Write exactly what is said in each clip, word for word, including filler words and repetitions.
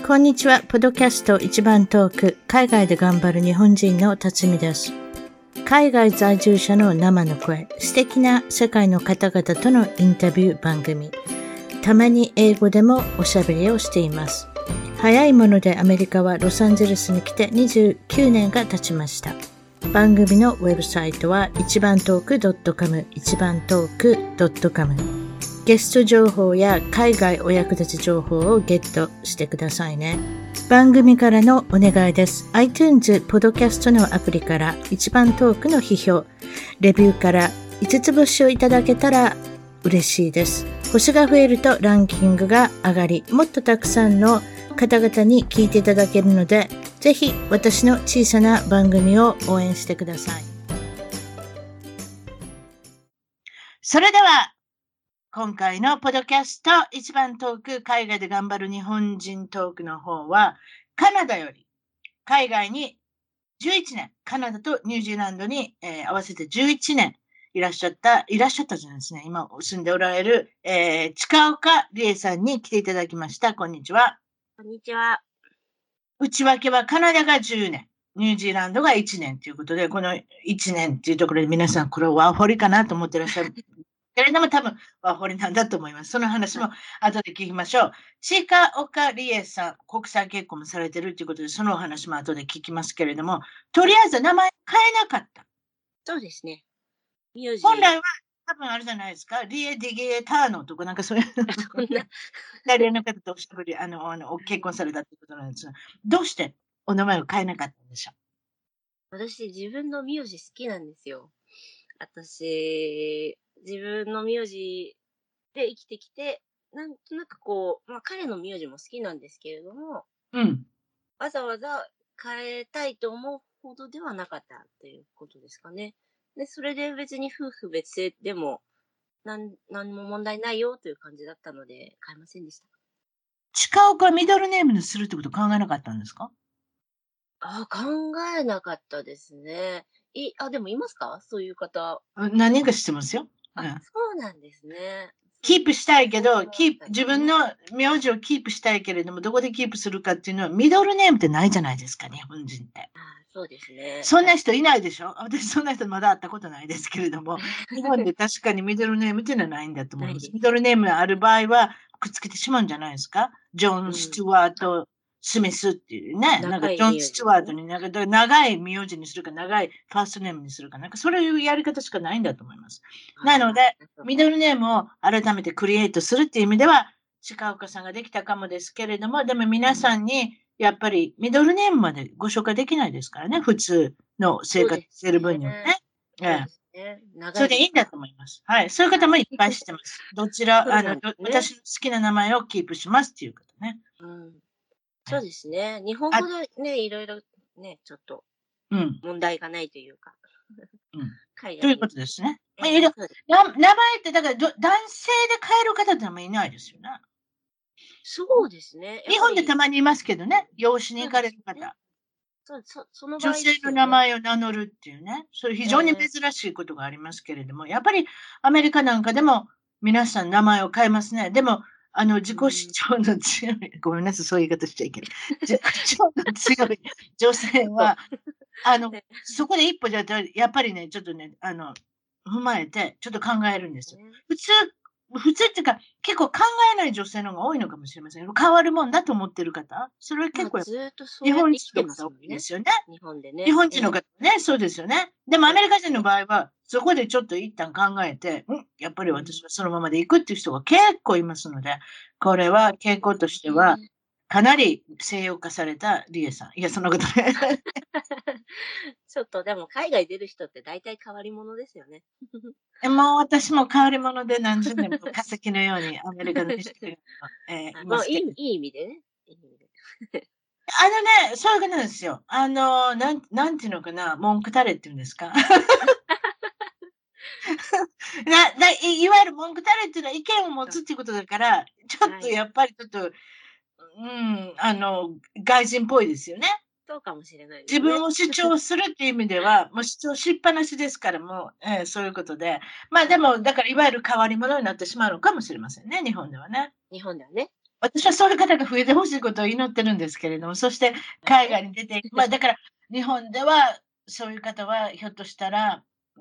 こんにちは。ポッドキャスト一番トーク、海外で頑張る日本人の辰巳です。海外在住者の生の声、素敵な世界の方々とのインタビュー番組。たまに英語でもおしゃべりをしています。早いものでアメリカはロサンゼルスに来てにじゅうきゅうねんが経ちました。番組のウェブサイトは一番トーク .com、一番トーク .com。ゲスト情報や海外お役立ち情報をゲットしてくださいね。番組からのお願いです。iTunes ポッドキャストのアプリから一番トークの批評、レビューからいつつ星をいただけたら嬉しいです。星が増えるとランキングが上がり、もっとたくさんの方々に聞いていただけるので、ぜひ私の小さな番組を応援してください。それでは今回のポッドキャスト一番トーク、海外で頑張る日本人トークの方は、カナダより海外にじゅういちねん、カナダとニュージーランドに、えー、合わせてじゅういちねんいらっしゃった、いらっしゃったじゃないですね。今住んでおられる、えー、近岡理恵さんに来ていただきました。こんにちは。 こんにちは。 内訳はカナダがじゅうねん、ニュージーランドがいちねんということで、このいちねんっていうところで皆さんこれはワーホリかなと思ってらっしゃる。けれども多分ワーホリなんだと思います。その話も後で聞きましょう。近岡理恵さん、国際結婚もされてるということで、そのお話も後で聞きますけれども、とりあえず名前変えなかった。 そうですね。名字本来は多分あれじゃないですか。リエ・ディゲーターノとかなんかそういうそんなイタリアの方とおしゃべり、あの、あの結婚されたということなんですが、どうしてお名前を変えなかったんでしょう。 私、自分の名字好きなんですよ。私、自分の名字で生きてきて、なんとなくこう、まあ彼の名字も好きなんですけれども、 うん。 わざわざ変えたいと思うほどではなかったということですかね。で、それで別に夫婦別姓でも、なん、なんも問題ないよという感じだったので、変えませんでした。 近岡はミドルネームにするってこと考えなかったんですか。 あ、考えなかったですね。い、あ、でもいますかそういう方。 何人か知ってますよ。 あ、 うん、 そうなんですね。 キープしたいけど、キープ、自分の、 の名字をキープしたいけれども、どこでキープするかっていうのは、ミドルネームってないじゃないですか、日本人って。 あ、そうですね。 そんな人いないでしょ。私、そんな人まだ会ったことないですけれども、日本で確かにミドルネームっていうのはないんだと思います。ミドルネームがある場合は、くっつけてしまうんじゃないですか。ジョン・スチュワート・スミスっていうね、なんかジョン・スチュワートになんか長い名字にするか、長いファーストネームにするか、なんかそういうやり方しかないんだと思います。なので、ミドルネームを改めてクリエイトするっていう意味では、近岡さんができたかもですけれども、でも皆さんに、やっぱりミドルネームまでご紹介できないですからね、普通の生活している分にはね。 そうですね。 それでいいんだと思います。はい。そういう方もいっぱい知ってます。どちら、あの、私の好きな名前をキープしますっていう方ね。 うん。そうですね。日本語でね、いろいろね、ちょっと問題がないというか。 うん。ということですね。まあ、いろろ名前って、だから男性で変える方ってあんまりいないですよね。 そうですね。 日本でたまにいますけどね、養子に行かれる方。 そうそその女性の名前を名乗るっていうね、そういう非常に珍しいことがありますけれども、やっぱりアメリカなんかでも皆さん名前を変えますね。でも、あの、自己主張の強い、ごめんなさい、そういう言い方しちゃいけない。自己主張の強い女性は、あの、そこで一歩じゃ、やっぱりね、ちょっとね、あの、踏まえて、ちょっと考えるんですよ。普通、普通っていうか、結構考えない女性の方が多いのかもしれません。変わるもんだと思ってる方、それは結構、日本人の方多いですよね。 日本でね。 日本人の方ね、そうですよね。でもアメリカ人の場合は、そこでちょっと一旦考えて、んやっぱり私はそのままで行くっていう人が結構いますので、これは傾向としては、かなり西洋化されたリエさん。いや、そんなことない。 ちょっとでも海外出る人って大体変わり者ですよね。 もう私も変わり者で何十年も化石のようにアメリカの知識が、えー、いますけど。 いい意味でね。いい意味であのね、そういうことなんですよ。あの、なん、なんていうのかな、文句たれっていうんですか。な、な、い、いわゆる文句たれっていうのは意見を持つっていうことだから、ちょっとやっぱりちょっと、うん、あの、外人っぽいですよね。 そうかもしれない、ね、 自分を主張するっていう意味では、もう主張しっぱなしですからもう、えー、そういうことで。まあでも、だからいわゆる変わり者になってしまうのかもしれませんね、日本ではね。 日本ではね。 私はそういう方が増えてほしいことを祈ってるんですけれども、そして海外に出て、まあだから日本ではそういう方はひょっとしたら、うん、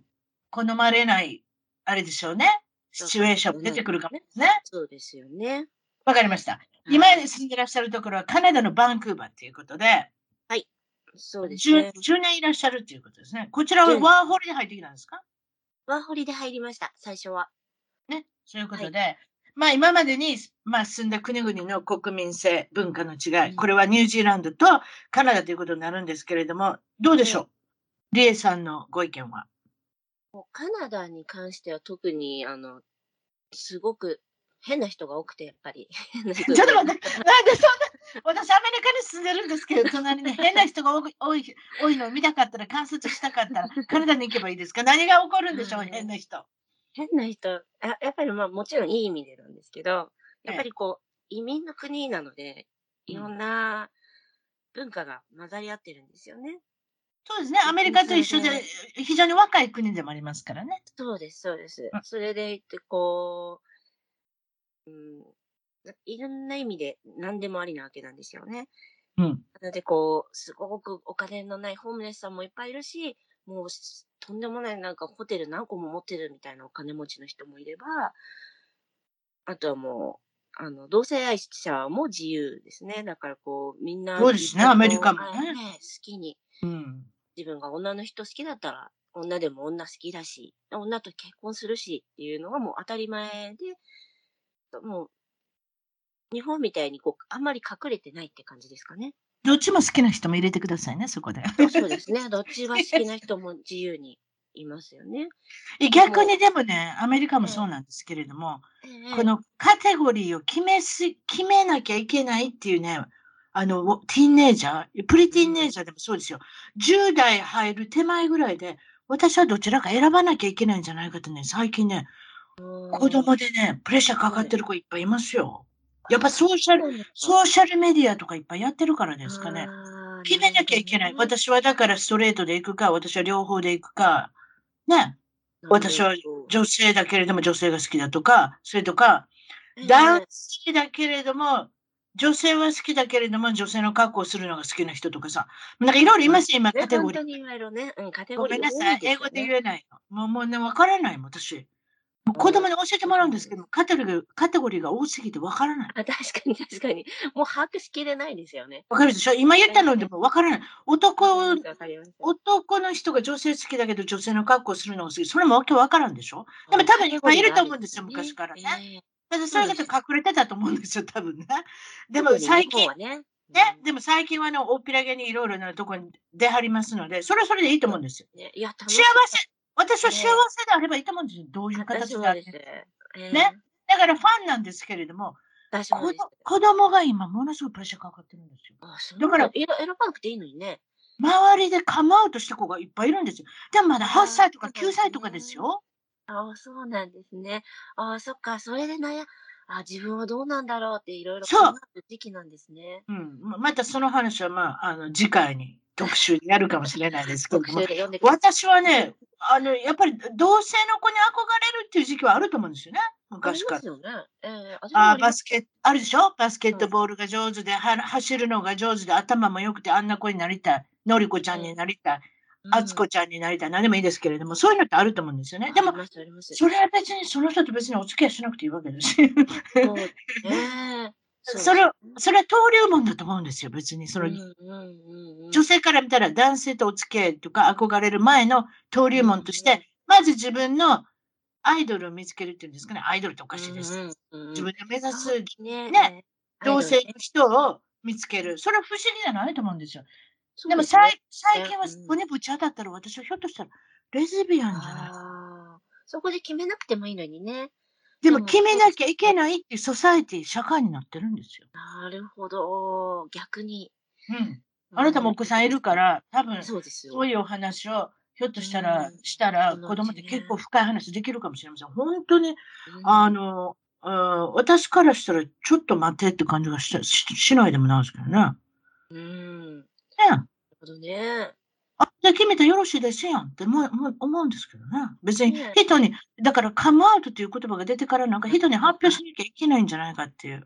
好まれない、あれでしょうね。シチュエーションも出てくるかもですね。 そうですよね。 わかりました。今住んでらっしゃるところはカナダのバンクーバーということで、 はい。そうです 10 ね。 じゅうねんいらっしゃるということですね。こちらはワーホリで入ってきたんですか？ ワーホリで入りました、最初は。 ね、そういうことで、まあ今までに、まあ、住んだ国々の国民性、文化の違い、これはニュージーランドとカナダということになるんですけれども、どうでしょう、リエさんのご意見は。 もうカナダに関しては特に、あの、すごく変な人が多くて、やっぱり。 ちょっと待って、なんでそんな、私アメリカに住んでるんですけど、隣に変な人が多い多い多いのを見たかったら、観察したかったら、カナダに行けばいいですか？何が起こるんでしょう、変な人。 変な人、あやっぱりまあもちろんいい意味でなんですけど、やっぱりこう、移民の国なので、いろんな文化が混ざり合ってるんですよね。 そうですね。アメリカと一緒で、非常に若い国でもありますからね。 そうです、そうです。 うん、 それでいて、こう、うん、いろんな意味で何でもありなわけなんですよね。 うん。 なので、こう、すごくお金のないホームレスさんもいっぱいいるし、もうとんでもないなんかホテル何個も持ってるみたいなお金持ちの人もいれば、あとはもう、あの、同性愛者も自由ですね。だからこう、みんなそうですね、アメリカもね、 ね。 好きに、 うん。 自分が女の人好きだったら、女でも女好きだし、女と結婚するしっていうのがもう当たり前で、もう、日本みたいにこう、あんまり隠れてないって感じですかね。 どっちも好きな人も入れてくださいね、そこで。 あ、そうですね。どっちが好きな人も自由にいますよね。 逆にでもね、アメリカもええ、 そうなんですけれども、 ええ、 このカテゴリーを決めす決めなきゃいけないっていうね、あの、ティーンネイジャー、プリティーンネイジャーでもそうですよ。じゅう代入る手前ぐらいで、私はどちらか選ばなきゃいけないんじゃないかってね、最近ね、子供でね、プレッシャーかかってる子いっぱいいますよ。やっぱソーシャル、ソーシャルメディアとかいっぱいやってるからですかね。 ああ、 決めなきゃいけない。私はだからストレートで行くか、私は両方で行くか、ね。私は女性だけれども女性が好きだとか、それとか、男性だけれども、女性は好きだけれども、女性の格好をするのが好きな人とかさ。なんかいろいろいますよ、今、カテゴリー。 本当にいろいろね、うん、カテごゴリーめんなさい。英語で言えないの。もう、もうね、わからないもん、私。もう子供に教えてもらうんですけど、カテゴリー、カテゴリーが多すぎてわからない。 あ、確かに確かに。もう把握しきれないですよね。 わかるでしょ？今言ったのでもわからない。男、男の人が女性好きだけど女性の格好するのが好き。それもわけわからんでしょ？でも多分いっぱいいると思うんですよ、昔からね。だってそういう方隠れてたと思うんですよ、多分ね。でも最近、ね、でも最近はね、大っぴらげにいろいろなところに出はりますので、それはそれでいいと思うんですよ。幸せ、私は幸せであればいいと思うんですよ。どういう形であって。ね。だからファンなんですけれども、子子供が今ものすごいプレッシャーかかってるんですよ。 だから、選ばなくていいのにね。 周りでカムアウトした子がいっぱいいるんですよ。でもまだはっさいとかきゅうさいとかですよ。 ああ、そうなんですね。ああ、そっか、それで悩あ、自分はどうなんだろうっていろいろ考える時期なんですね。 うん。またその話は、まあ、あの、次回に特集でやるかもしれないですけども、私はね、あの、やっぱり同性の子に憧れるっていう時期はあると思うんですよね。昔から。ありますよね。えー、あバスケ、あるでしょ？バスケットボールが上手で、は走るのが上手で、頭も良くて、あんな子になりたい。のりこちゃんになりたい。あつこちゃんになりたい。何でもいいですけれども、そういうのってあると思うんですよね。でも、それは別に、その人と別にお付き合いしなくていいわけですし。それ、それは登竜門だと思うんですよ、別に。その、女性から見たら男性とお付き合いとか憧れる前の登竜門として、まず自分のアイドルを見つけるっていうんですかね。アイドルっておかしいです。自分が目指す、ね、同性の人を見つける。それは不思議じゃないと思うんですよ。でも最近はそこにぶち当たったら、私はひょっとしたらレズビアンじゃない。 そこで決めなくてもいいのにね。 でも決めなきゃいけないっていうソサイティ、社会になってるんですよ。 なるほど。逆に。 うん。あなたもお子さんいるから、多分、そういうお話を、ひょっとしたら、したら、子供って結構深い話できるかもしれません。本当に、あの、私からしたら、ちょっと待てって感じがしししないでもないですけどね。 うん。 ね。 なるほどね。 あ、じゃあ決めたらよろしいですやんって思う思うんですけどね。別に人に、だからカムアウトという言葉が出てからなんか人に発表しなきゃいけないんじゃないかっていう。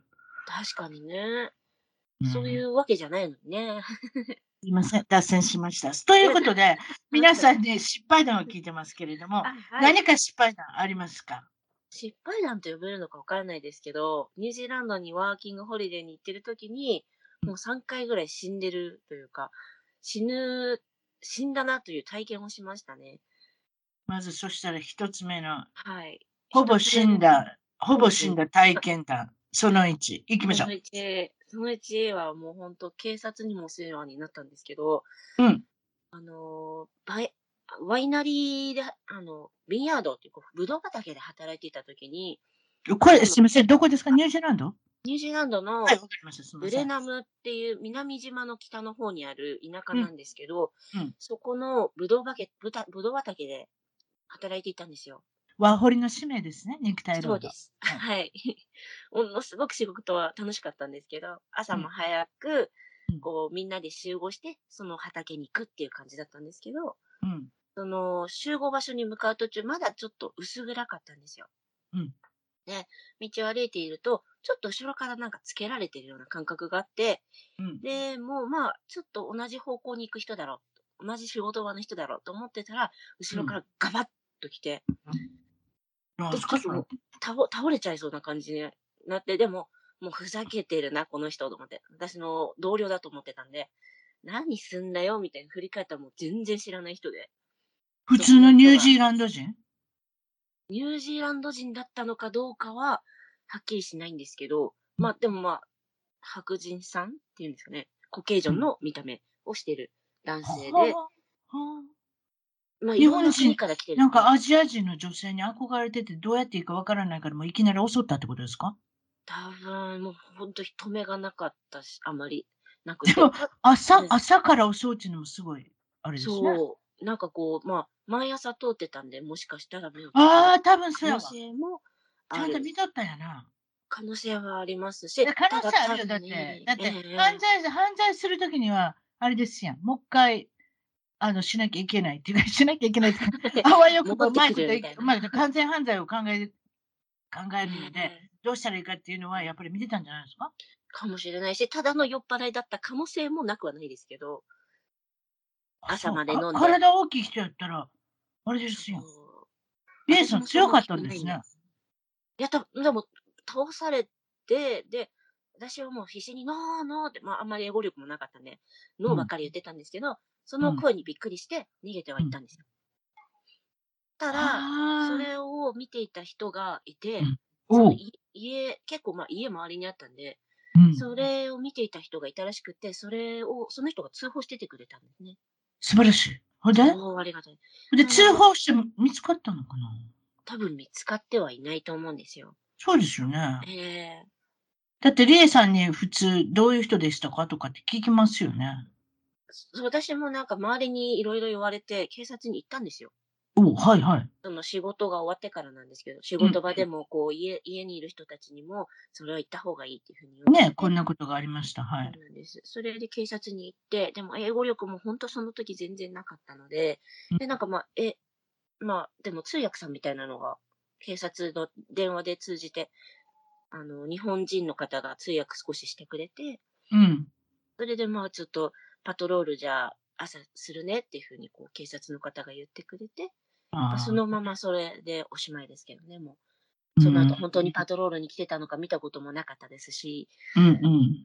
確かにね。そういうん。 うわけじゃないのにね。 すいません、脱線しました。ということで、皆さんで失敗談を聞いてますけれども、 あ、はい。 何か失敗談ありますか？ 失敗談と呼べるのかわからないですけど、ニュージーランドにワーキングホリデーに行ってる時に、もうさんかいぐらい死んでるというか、死ぬ、死んだなという体験をしましたね。 まず、そしたら一つ目の、 はい。 ほぼ一つ目の、 死んだ、ほぼほぼ死んだ。 死んだ体験談、そのいち、行きましょそのいち、そのいちはもう本当警察にもお世話になったんですけど、 う。うん。 あの、バイワイナリーで、あの、ビンヤードっていう、こう、ぶどう畑で働いていた時に、 これ、 朝の、 すみません、どこですか？ニュージーランド？ ニュージーランドはい、 のわかりました。すみまブせん。 レナムっていう南島の北の方にある田舎うん、 なんですけど、 うん。 そこのぶどう畑、ぶたぶどう畑で働いていたんですよ。 ワーホリの使命ですね、肉体労働。 そうです。 はい。 はい。ものすごく仕事は楽しかったんですけど、朝うん、 も早く、 うん、 こう、みんなで集合して、その畑に行くっていう感じだったんですけど、 うん、 その集合場所に向かう途中、まだちょっと薄暗かったんですよ。 うん、 で、道を歩いていると、ちょっと後ろからなんかつけられてるような感覚があって、 うん、 で、もうまあ、ちょっと同じ方向に行く人だろう、同じ仕事場の人だろうと思ってたら、後うん。 ろからガバッと来て、で、 なんすか、それ。 ちょっともう、倒倒れちゃいそうな感じになって、でも、もうふざけてるな、この人と思って。私の同僚だと思ってたんで、何すんだよみたいに振り返ったらもう全然知らない人で、 普そこ通のニュの人がージーランド人？ ニュージーランド人だったのかどうかは、はっきりしないんですけど、 うん、 まあ、でもまあ、白人さんっていうんですかね、コケージョンうん。 の見た目をしてる男は性で、 はは。 まあ、い日ろんな国本人、 から来てるんで、 なんかアジア人の女性に憧れてて、どうやっていいかわからないから、もういきなり襲ったってことですか？ 多分もうほんと人目がなかったし、あまりなくて、 でも、 た朝、 ね、 朝から襲うっていうのもすごい、あれですね。 そう、なんかこう、まあ、毎朝通ってたんで、もしかしたら目をつけられああ、多分そ可能うやわ。 性もちある。 ゃんと見とったんやな。 可能性はありますし、 で、可ただ多能性あるよ。だって、 分ね、 だっええて、犯ええ、 罪犯罪するときには、あれですやん。もう一回、あの、しなきゃいけないっていうか、しなきゃいけないっていうか、あわよくばう戻ってくまいことい、 るみたいな。 うまいこと完全犯罪を考え考ええるので、 えええ。 どうしたらいいかっていうのはやっぱり見てたんじゃないですか？ かもしれないし、ただの酔っ払いだった可能性もなくはないですけど、 あ、そう。 朝までか飲んで、 体大きい人やったら、あれでそすやん。 う、 リエさ私もそんな大ん強かっきくないんで。 たんですね。 いや、たでも、倒されて、で、私はもう必死にノーノーって、まあ、あんまり英語力もなかったんで、ノうん、 ーばっかり言ってたんですけど、そうん、 の声にびっくりして逃げてはうん。 いったんですよ。ただ、そはあ。 れを見ていた人がいて、 うん。おう。 そのい家結構、ま、家周りにあったんで、 うん。 それを見ていた人がいたらしくて、それをその人が通報しててくれたんですね。 素晴らしい。ほんで？ そう、ありがたい。 で、 それで、あの、 通報しても見つかったのかな？ 多分見つかってはいないと思うんですよ。 そうですよね。 ええ。 だってリエさんに普通どういう人でしたかとかって聞きますよね。 そ私もなんか周りにいろいろ言われて、警察に行ったんですよ。 お、はいはい。 その仕事が終わってからなんですけど、仕うん、 事場でもこう家家にいる人たちにも、それは行った方がいいっていう風に言うん。ね、こわれて、 んなことがありました。はそうい。 なんです。それで警察に行って、でも英語力もほんとその時全然なかったので、 うん、 で、なんか、ま、え、まあ、でも通訳さんみたいなのが、警察の電話で通じて、あの、日本人の方が通訳少ししてくれて、 うん。 それで、まあ、ちょっとパトロールじゃあ、朝するねっていう風にこう警察の方が言ってくれて、ま、そああ、 のままそれでおしまいですけどね、もう。そのうん、 後ほんとにパトロールに来てたのか見たこともなかったですし、 うん、うん。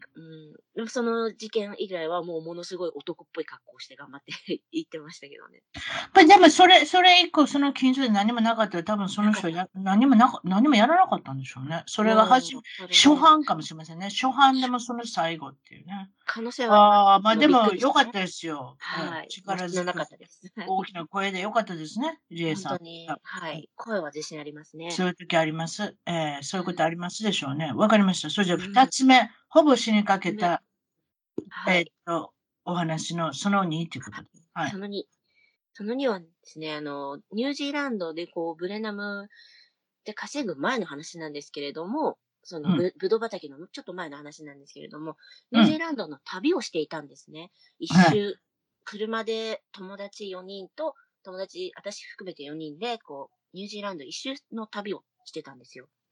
うん、でもその事件以来はもうものすごい男っぽい格好をして頑張って行ってましたけどね。 ま、でもそれそれ以降その近所で何もなかったら、多分その人なかった。 や何もなか何もやらなかったんでしょうね。それがはじもう、それで、 初犯かもしれませんね。初犯でしもその最後っていうね。 可能性はあります。 ああ、ま、 もうびっくでもりしてね。 良かったですよ。ええ、 はい。もう死ななか力強く、 ったです。はい。 大きな声で良かったですね、リエほんさん。あ、 とに、はうん。 い。声は自信ありますね。 そういう時あります。ええ、そういうことあうん。 りますでしょうね。わかりました。それじゃうん。 ふたつめ、ほぼ死にかけめた、えっはい。 と、お話のそのにということで。はい。 そのに、そのにはですね、あの、ニュージーランドでこうブレナムで稼ぐ前の話なんですけれども、そのうん、 ぶぶどう畑のちょっと前の話なんですけれども、ニュージーうん、 ランドの旅をしていたんですね。一はい、 周、車で友達よにんと、友達、私含めてよにんで、こう、ニュージーランド一周の旅をしてたんですよ。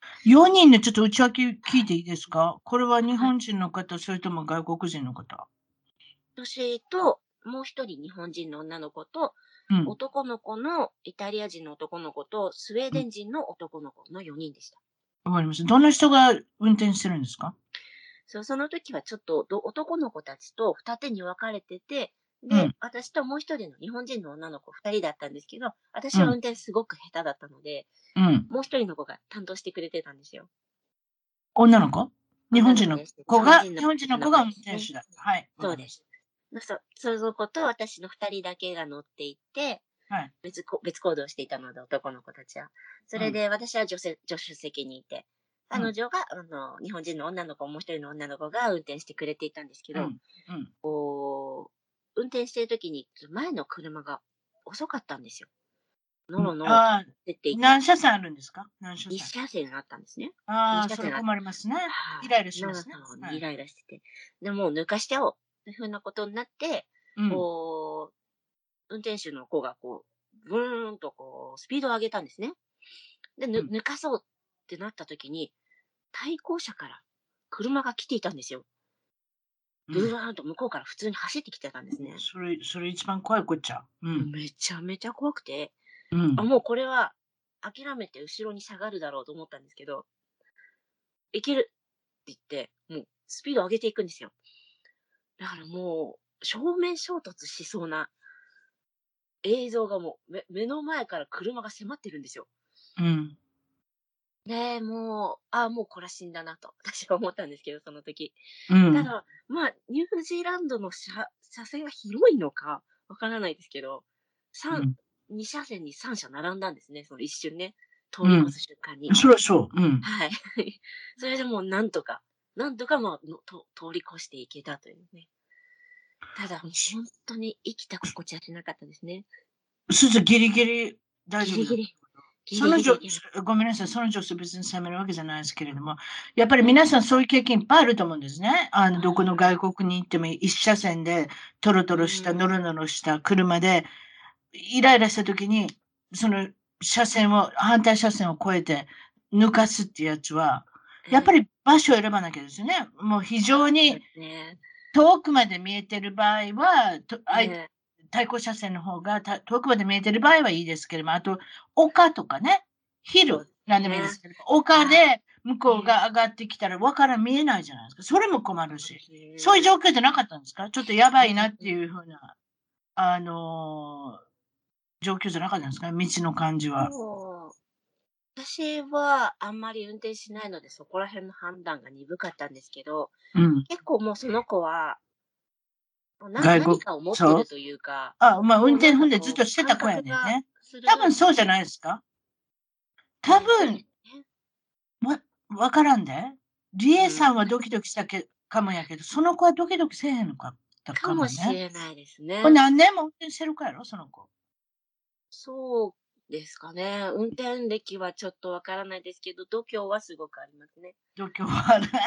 よにんでちょっと内訳聞いていいですか？これは日本人の方、それとも外国人の方？ 私と、もう一人日本人の女の子と、 うん。 男の子のイタリア人の男の子と、スウェーうん。 デン人の男の子のよにんでした。 わかりました。どの人が運転してるんですか？ そう、その時はちょっとど男の子たちと二手に分かれてて、で、 うん。 私ともう一人の日本人の女の子二人だったんですけど、 う私は運ん。 転すごく下手だったので、 うん。 もう一人の子が担当してくれてたんですよ。 女の子？日本人の女の子です。日子が、 本人の日本人の女の子が運子ですね。 転手だ。はい。わそうです。 かりましそ、その子と私の二人だけが乗っていて、 た。はい。 別こ、別行動していたので、男の子たちは。そうん。 れで、私は助手、助手席にいて、 うん。 彼女が、あの、日本人の女の子、もう一人の女の子が運転してくれていたんですけど、 うん。うん。 こう、運転してる時に、前の車が遅かったんですよ。のうんろのろああ、 出ていて、 何車線あるんですか？何車一線？ 車線あったんですね。二ああ、それ車線あって、 困りますね。イはライラい。なのしますね。はい。 イライラしてて。で、もう抜かしちゃおう。というふうなことになって、 うん。 こう、運転手の子がこう、ブーンとこう、スピードを上げたんですね。で、ぬ、 うん。 抜かそうってなった時に、対向車から車が来ていたんですよ。ブうん。 ワーンと向こうから普通に走ってきてたんですね。 それ、それ一番怖いこっちゃ。うん。 めちゃめちゃ怖くて、あ、 うん。 もうこれは諦めて後ろに下がるだろうと思ったんですけど、いけるって言って、もうスピード上げていくんですよ。だからもう、正面衝突しそうな映像がもう目目の前から車が迫ってるんですよ。 うん。 で、もう、あ、もうこれは死んだなと、私は思ったんですけど、その時。 うん。 ただ、まあ、ニュージーランドの車車線が広いのかわからないですけど、三うん。 に車線にさん車並んだんですね、その一瞬ね。通うん。 り越す瞬間に。 そりゃそう。うん。 はい。それでもうなんとか、なんとかまあ、のと通り越していけたというね。ただ、ほんとに生きた心地はしなかったですね。 すずギリギリ大丈夫だった。 ギリギリ、ギそのじょリギリいけまごめんなさい、その女性別に責めるわけじゃないですけれども、やっぱりええ。 皆さんそういう経験いっぱいあると思うんですね。あの、どこのああ、 外国に行っても一車線でトロトうロした、 ーん。 ノロノロした車で、イライラした時に、その車線を、反対車線を越えて抜かすっていうやつは、 ええ、 やっぱり場所を選ばなきゃですよね。もう非常にそうですね。 遠くまで見えてる場合は、とあいええ、 対向車線の方がた遠くまで見えてる場合はいいですけれども、あと、丘とかね、ヒル、 そうですなんでもいいですね。 けど、丘はい。 で向こうええ、 が上がってきたら、輪から見えないじゃないですか。それも困るし。 そうですそういうね。 状況じゃなかったんですか？ちょっとやばうんいなってうん。 いう風な、あの、状況じゃなかったんですか？道の感じは。 そう。私はあんまり運転しないので、そこら辺の判断が鈍かったんですけど、 うん。 結構もうその子は、もうな外国何かを持ってそう？ るというか、 あ、まあ、運もうなん転踏んでずっかこう、感としてた子や覚がねんね。多鋭い分そうじゃ子で、 ないですか？多うん、そうで分すね。 わわからんで。リエさうん。 んはドキドキしたけかもやけど、その子はドキドキせえへんのかったかもしかもね。 れないですこれね。 何年も運転してる子やろ、その子。 そうですかね。運転歴はちょっとわからないですけど、度胸はすごくありますね。 度胸はある。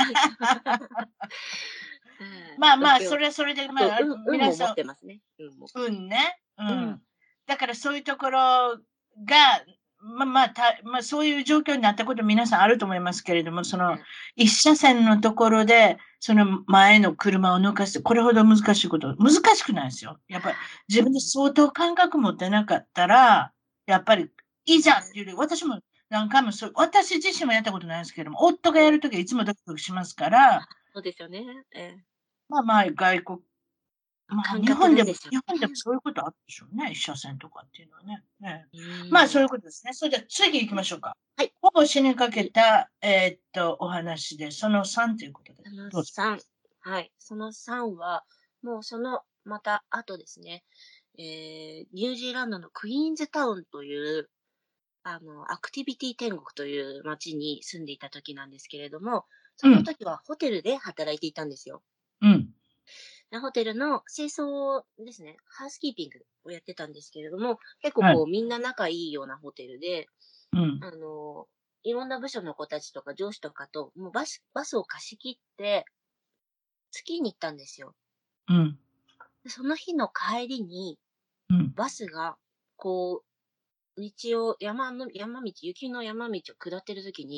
うん、 まあまあ、 度胸。 それはそれで、 あと、 まあ、 運運も持っ皆さん、 てますね。運も。 運ね。ううん。 ん。だからそういうところが、まあまあ、たまあ、そういう状況になったこと皆さんあると思いますけれども、そのね、 一車線のところで、その前の車を抜かして、これほど難しいこと、難しくないですよ。やっぱり自分で相当感覚持ってなかったら、やっぱりいざっていうより、私も何回もそう、私自身もやったことないですけれども、夫がやるええ、 ときはいつもドキドキしますから、 そうですよね。ええ。 まあまあ、外国まあ、 感日本でも覚なんでしょ日本でもうね。 そういうことあるでしょうね、一車線とかっていうのはね。ね。 うまあ、そうーん。 いうことですね。それでは次行きましょうか。 はい。 ほぼ死にかけた、えーっと、お話で、そのさんということで、 そのどうぞ。 さん。はい。そのさんは、もうその、また後ですね。えー、ニュージーランドのクイーンズタウンという、あの、アクティビティ天国という街に住んでいた時なんですけれども、そうん、 の時はホテルで働いていたんですよ。 うん、 でホテルの清掃ですね、ハウスキーピングをやってたんですけれども、結構はい、 こうみんな仲いいようなホテルで、 うん、 あの、いろんな部署の子たちとか上司とかと、もうバス、バスを貸し切ってスキーに行ったんですよ。 うん、 でその日の帰りに、 うん、 バスが、こう、道を、山の、山道、雪の山道を下ってる時に、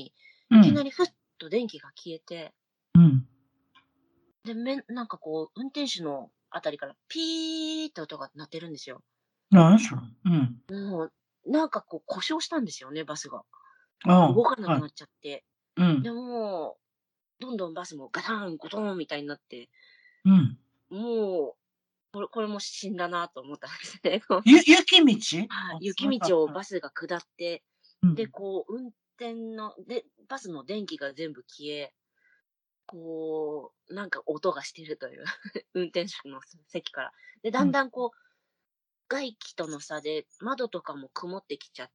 いきなりふっと電気が消えて、 うん。 で、めなんかこう、運転手のあたりからピーって音が鳴ってるんですよ。 何それ。うん。 もう、なんかこう故障したんですよね、バスが。 あ動かなあ、はい。 くなっちゃって。で、 うん。 もう、どんどんバスもガタンゴトンみたいになって、 うん。 もう、これこれも死んだなと思ったんですね。こうゆ雪道？ はい、 あ、そ雪うだった。 道をバスが下って、で、 うん。 こう運転ので、バスの電気が全部消え、こう、なんか音がしてるという、運転手の席から。で、だうん。 んだんこう、外気との差で窓とかも曇ってきちゃって、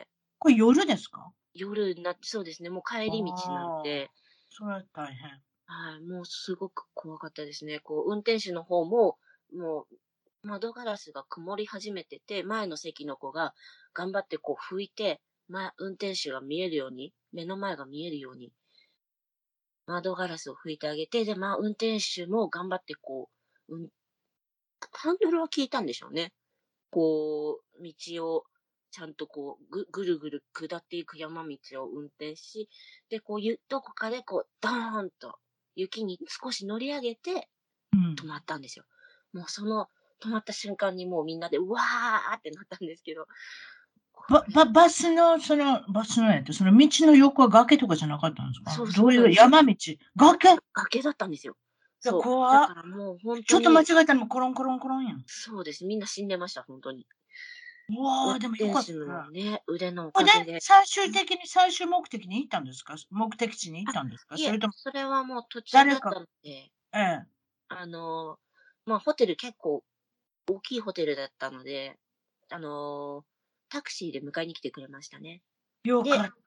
これ夜ですか？ 夜になってそうですね、もう帰り道なんああ、 で、 それは大変。 はい、もうすごく怖かったですね。こう運転手の方も、もう窓ガラスが曇り始めてて、前の席の子が頑張ってこう拭いて、ま、運転手が見えるように、目の前が見えるように、窓ガラスを拭いてあげて、で、まあ、運転手も頑張ってこう、うん、ハンドルは効いたんでしょうね。こう、道をちゃんとこう、ぐぐるぐる下っていく山道を運転し、で、こう、ゆどこかでこう、ドーンと雪に少し乗り上げてうん。 止まったんですよ。もうその止まった瞬間にもうみんなで、うわーってなったんですけど、こばばれバスの、その、バスのやって、その道の横は崖とかじゃなかったんですか？ そうどういうそうなんですよ。 山道？崖？い崖だったんですよ。 や、 そう。だ怖っ。 からもうほんちょっと間違とに、 えたらもうコロンコロンコロンやん。 そうです。みんな死んでました、ほんとに。運うわあ、でもよかっ転手のたね。 ね、腕のおこれで、 かげで。 最終的に最終目的に行ったんですか？目的地に行っあ、 たんですか？ いえ、 それともそれはもう途中だ誰かったので、 ええ、 あの、ま、ホテル結構大きいホテルだったので、あの、タクシーで迎えに来てくれましたね。で、 よかった。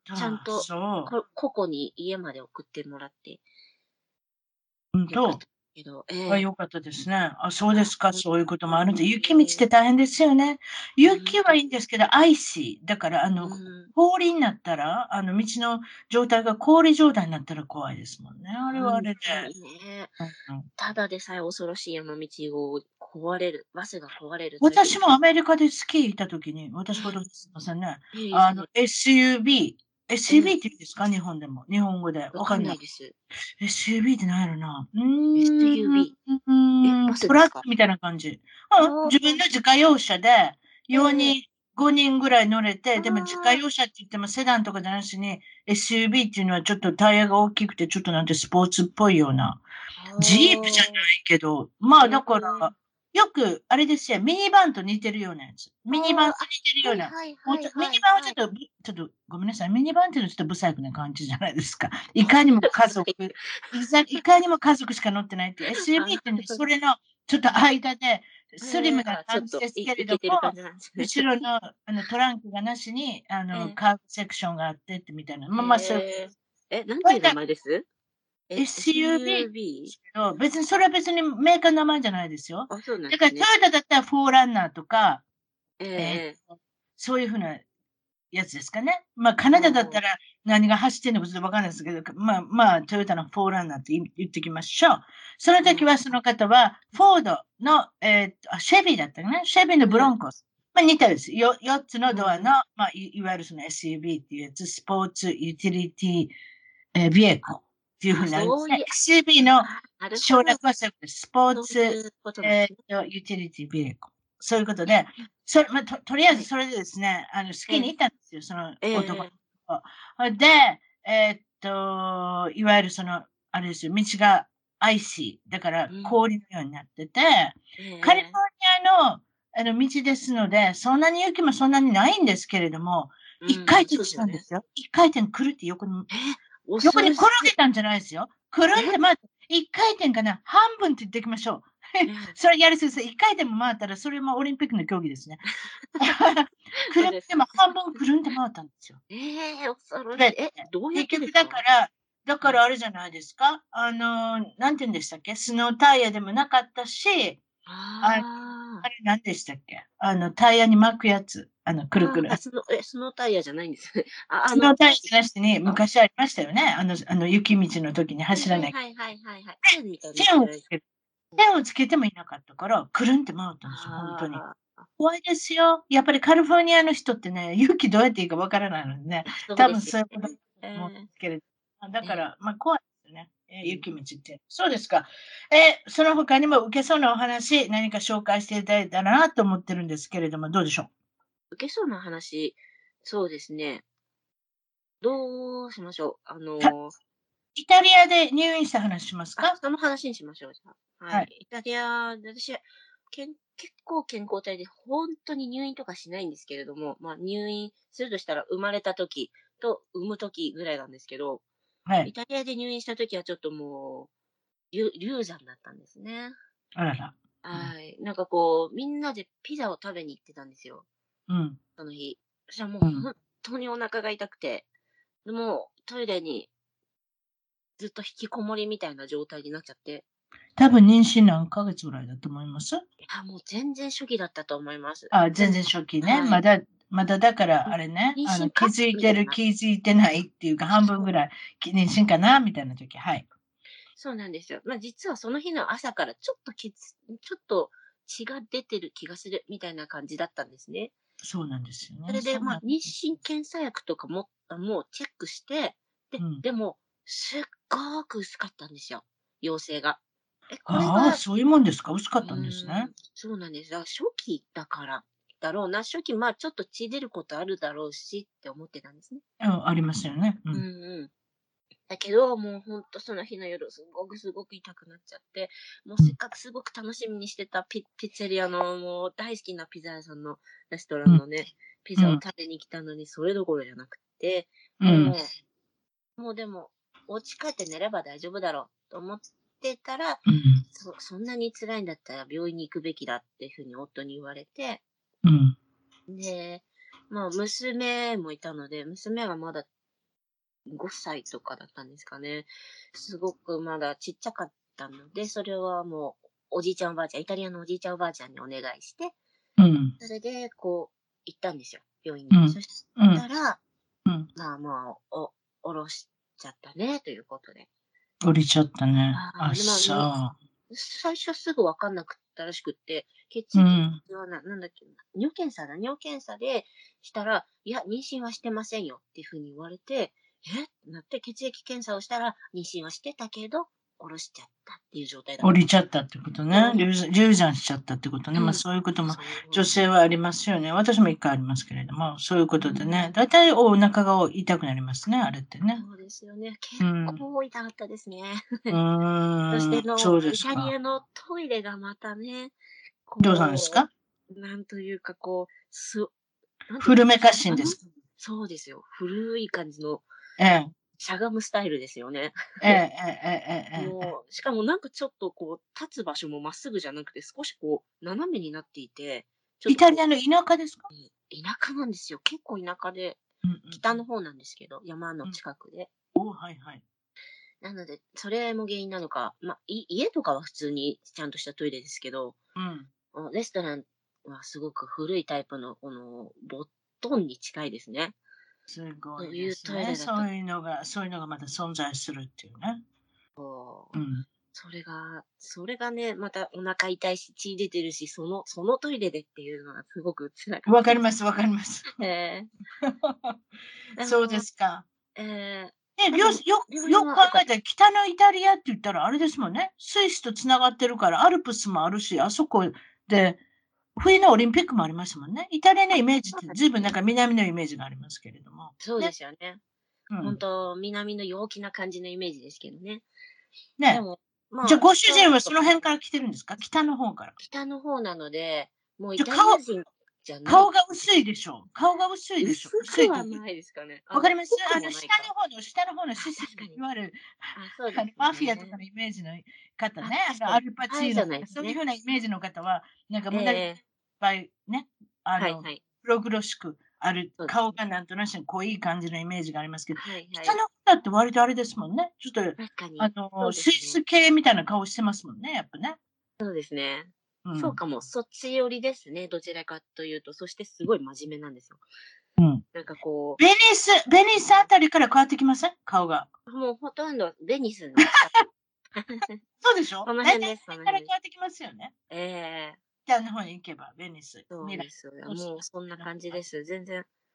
ちゃんと、 そう。 こ個々に家まで送ってもらって、 うんとよかったけど、えあ、 え。 良かったですね。あ、そうであ、 すか、 ほんそういうこととに、 もあるんで、雪道って大変ですよね。 うーん、 雪はいいんですけど、アイシー。だから、あうの、 ーん、 氷になったら、あの、道の状態が氷状態になったら怖いですもんね。あれほんはあれで。 とにね。 うんうん。 ただでさえ恐ろしい山道を壊れる、バスが壊れるという。 私もアメリカでスキー行った時に、 ええ、 私ほどすいませんね。 いえいえ、 あの、 全然。 エスユーブイ、 ええ、 エスユーブイ って言うんですか？日本でも。日本語で。 わかんわかんない。 ないです。 エスユーブイ って何やろな。うーエスユーブイ。え、 ん、 バストですか？ ラックみたいな感じ。 あうん、自分あ、 の自家用車で、 ええよにん、 ええ。 ごにんぐらい乗れて、 あでも自家あ、 用車って言ってもセダンとかじゃなしに、エスユーブイ っていうのはちょっとタイヤが大きくて、ちょっとなんてスポーツっぽいような。 あジープじゃないあ、 けど、まあえだから、 え。 よく、あれですよ、ミニバンと似てるようなやつ。 あミニバンとあ、あ、 似てるような。 はいはいもうちょはいミニバンはちょはいはい。 っとぶ、ちょっとごめんなさい。ミニバンっていうのはちょっとブサイクな感じじゃないですか。いかにも家ブサイ族、 ク。 いざいかにも家族しか乗ってないっていうあ、 エスユーブイ ってね、 なるほど。 それのちょっと間で、スリええ、 ムなあ、ちょっと、 感じですいけれども、 イケてる感じなんですね。 後ろのあのトランクがなしに、あの、 ええ、 カーブセクションがあってってみたいな。まあまあ、そういう。 へえ。え、なんていう名大体前です？え、 エスユーブイ でエスユービー？ すけど、別にそれは別にメーカーの名前じゃないですよ。 あ、そうなんだからトですね。 ヨタだったらフォーランナーとか、 えええーええ。 そういう風なやつですかね。まあ、カナダだっほう。 たら何が走ってんのかちょっとわかんないですけど、まあ、まあ、トヨタのフォーランナーって言言ってきましょう。その時ほう。 はその方は、フォードの、えーっと、あシェビーだったかな、シェビーのブええ。 ロンコス。まあ、似たです。よ、よっつのドアの、 うん。 まあ、い、いわゆるその エスユーブイ っていうやつ、スポーツユーティリティ、えービエコっていう風あ、 になるんですね。 そういエスユーブイ のあ、なるほど。 省略はそういうことです。スポーそうツ、 いうことなんでえすね。 ーっと、ユーティリティビエコ。そういうことえ、 で、それ、まあ、と、とりあえはい。 ずそれでですね、あの、スええ。 キーに行ったんですよ、そのええ男ええ。 の子。で、えーっと、いわゆるその、あれですよ、道がアイシー、だからうん。 氷のようになってて、 ええカリフォルええ。 ニアの、あの、道ですので、そんなに雪もそんなにないんですけれども、一回うん、 転そうですよね。 したんですよ。一回転くるって横にえ、恐横に転ろしい。 げたんじゃないですよ。くるんっえ、 て回って、一回転かな、半分って言っておきましょう。 ええ。 それやりすぎです。一回転も回ったら、それもオリンピックの競技ですね。くるんでそうですね。 も半分くるんで回ったんですよ。 ええ、恐ろしい。え、 滑って。 どうやっ結局てですか？ だから、だかはい。 らあれじゃないですか。あの、なんて言うんでしたっけ、スノータイヤでもなかったし、あの、 ああれ何でしたっけ、あの、タイヤに巻くやつ。あの、くあ、ああ、 るくる。 あ、スノえ、スノータイヤじゃないんですね。あ、あスノの、 ータイヤじゃなしに、 ですか？ 昔ありましたよね。あの、あの雪道の時にはい走らない。 はいはいはいはいはい。チェーンみたいになってるやつ。 線をつける。線をつけてもいなかったから、くるんって回ったんですよ、本当に。 ああ、 怖いですよ。やっぱりカリフォルニアの人ってね、勇気どうやっていいかわからないのでね、 そう多分ですよね。 そういうことだと思うんでええ。 すけれど。 だかね。 ら、まあ、怖いですよね。えー、雪道って。そうですか。えーその他にも受けそうなお話、何か紹介していただいたらなと思ってるんですけれども、どうでしょう？ 受けそうな話、そうですね。どうしましょう。あたの、 イタリアで入院した話しますあ、 か？ その話にしましょう、じゃあ。ははい。 い。イタリアで私、けん結構健康体で、ほんとに入院とかしないんですけれども、まあ、入院するとしたら生まれた時と産む時ぐらいなんですけど、 はい。 イタリアで入院した時はちょっともう、りゅ流産だったんですね。 あらら。うん。 はい。なんかこう、みんなでピザを食べに行ってたんですよ、 うん。 その日。そしたらもううん。 ほんとにお腹が痛くて、で、もうトイレにずっと引きこもりみたいな状態になっちゃって。 多分妊娠何ヶ月ぐらいだと思います？ いや、もう全然初期だったと思います。 あ、 でも全然初期ね。 はい。 まだまだだかうん、 らあれね、あの、 妊娠か？ 気づいてる、 みたいな。 気づいてないっていうか、半分そう。 ぐらい、き妊娠かなみたいな時、はい。 そうなんですよ。ま、実はその日の朝からちょっとけつちょっと血が出てる気がするみたいな感じだったんですね。 そうなんですよね。 それで、ま、 そうなん妊ですよ。 娠検査薬とかもあ、もうチェックして、で、 うん。 でも、すっごく薄かったんですよ、陽性が。え、これああ、 がそういうもんですか。薄かうったんですね。 ーん、そうなんです。だから初期だからだろうな、初期、ま、ちょっと血出ることあるだろうしって思ってたんですね。 うん、ありますよね。ううんん。 うん。だけど、もうほんとその日の夜、すごくすごく痛くなっちゃって、もううん。 せっかくすごく楽しみにしてたピピッツェリアのもう大好きなピザ屋さんのレストラうん。 ンのね、ピザをうん。 食べに来たのにそれどころじゃなくて、 うん。 もう、もうでも、お家帰って寝れば大丈夫だろうと思ってたら、 うん。 そそんなに辛いんだったら病院に行くべきだっていう風に夫に言われて、 うん。 で、まあ、娘もいたので、娘がまだごさいとかだったんですかね。すごくまだちっちゃかったので、それはもう、おじいちゃんおばあちゃん、イタリアのおじいちゃんおばあちゃんにお願いして、 うん。 それでこう、行ったんですよ、病院に。 うん。 そしうん。 たら、 うん。 まあもう、お降ろしちゃったねということで。 降りちゃったね。あ、 ああ、で、まあ、にそ最初すぐ分かんなくったらしくって、 う。う血液ん。 はななんだっけな、尿検査だ、尿検査でしたら、いや、妊娠はしてませんよっていう風に言われて、えってなって血液検査をしたら、妊娠はしてたけど、降ろしちゃったっていう状態だっ降りたんです。 ちゃったってことね。 そうなん流産流産しちゃったってことね。ま、 うん。 そういうことも女そう。 性はありますよね。私もいっかいありますけれども、そういうこうとでね、 ん。 だいたいお腹が痛くなりますね、あれってね。 そうですよね。結うん。 構痛かったですね。 うそしーん、 ての、 そうでイタリすか。 アのトイレがまたね、 どうなんですこか？ う、なんというかこう、すなんていうか、 古めかしいんあのですか？ そうですよ。古い感じのええ。 しゃがむスタイルですよね。 ええええええええええ。 もう、しかもなんかちょっとこう、立つ場所もまっすぐじゃなくて、少しこう、斜めになっていて、ちょっとこイタリアの田舎ですか？ う、うん、田舎なんですよ。結構田舎で、 うんうんうん。 北の方なんですけど、山のうん。 近くで。 おお、はいはい。 なので、それも原因なのか、ま、い家とかは普通にちゃんとしたトイレですけど、 うん。 あ、レストランはすごく古いタイプの、この、ボットンに近いですね。 すごいそういうトイですね。 レだったそういうのがそういうのがまだ存在するっていうね。 と、 うん。 それがそれがね、またお腹痛いし、血出てるし、そのそのトイレでっていうのはすごく辛かったです。 分かります分かります。 ええ。でそうでも、 すか。 ええ、 ね、 でも、 りょうすよ病院よく考は良かった。 えたら北のイタリアって言ったらあれですもんね、スイスと繋がってるから、アルプスもあるし、あそこで冬のオリンピックもありますもんね。イタリアのあ、 イメージっそうてずいぶんなんなんですね。 か南のイメージがありますけれども。 そうでね。 すよね。 うん。 ほんと、南の陽気な感じのイメージですけどね。でね。 も、 じゃ、 まあ、 ご主ちょっと人はその辺から来てるんですか？北の方から。 北の方なので、もうイじゃ、 タリア顔人じゃない顔が薄いでしょ。顔が薄いでしょ。 薄薄いとくはないですかね。あの、 分かります？ 濃くあの、下もないか。 の方の下の方のあ、 シシリ、 確かに。 いわゆる、 あ、そうあの、 ですマフィアとかね。 のイメージの方あ、 ね、あの、 確かに。 アルパパエじゃチーノとか、 ないですね。 そういう風なイメージの方は、なんかええ胸がいっええ。 ぱいね、あの、 はいはい。 黒々しくある、 そうですね。 顔がなんとなしに濃い感じのイメージがありますけど、 はいはい。 北の方って割とあれですもんね、ちょっと、 確かに。そあの、 うですね。 スイス系みたいな顔してますもんね、やっぱね。 そうですね。 うん。 そうかも。そっち寄りですね、どちらかというと。そしてすごい真面目なんですよ。 うん。 なんかこベニスベニスあたりから変わってきません？顔が。 う、もうほとんどベニスの近く。 そうでしょ？ その大体辺です、 それその辺です。 から変わってきますよね。 えええ。 北の方に行けば、ベニス、ミラノ、 そうです。 ロシもうそんなアの方感じです。全然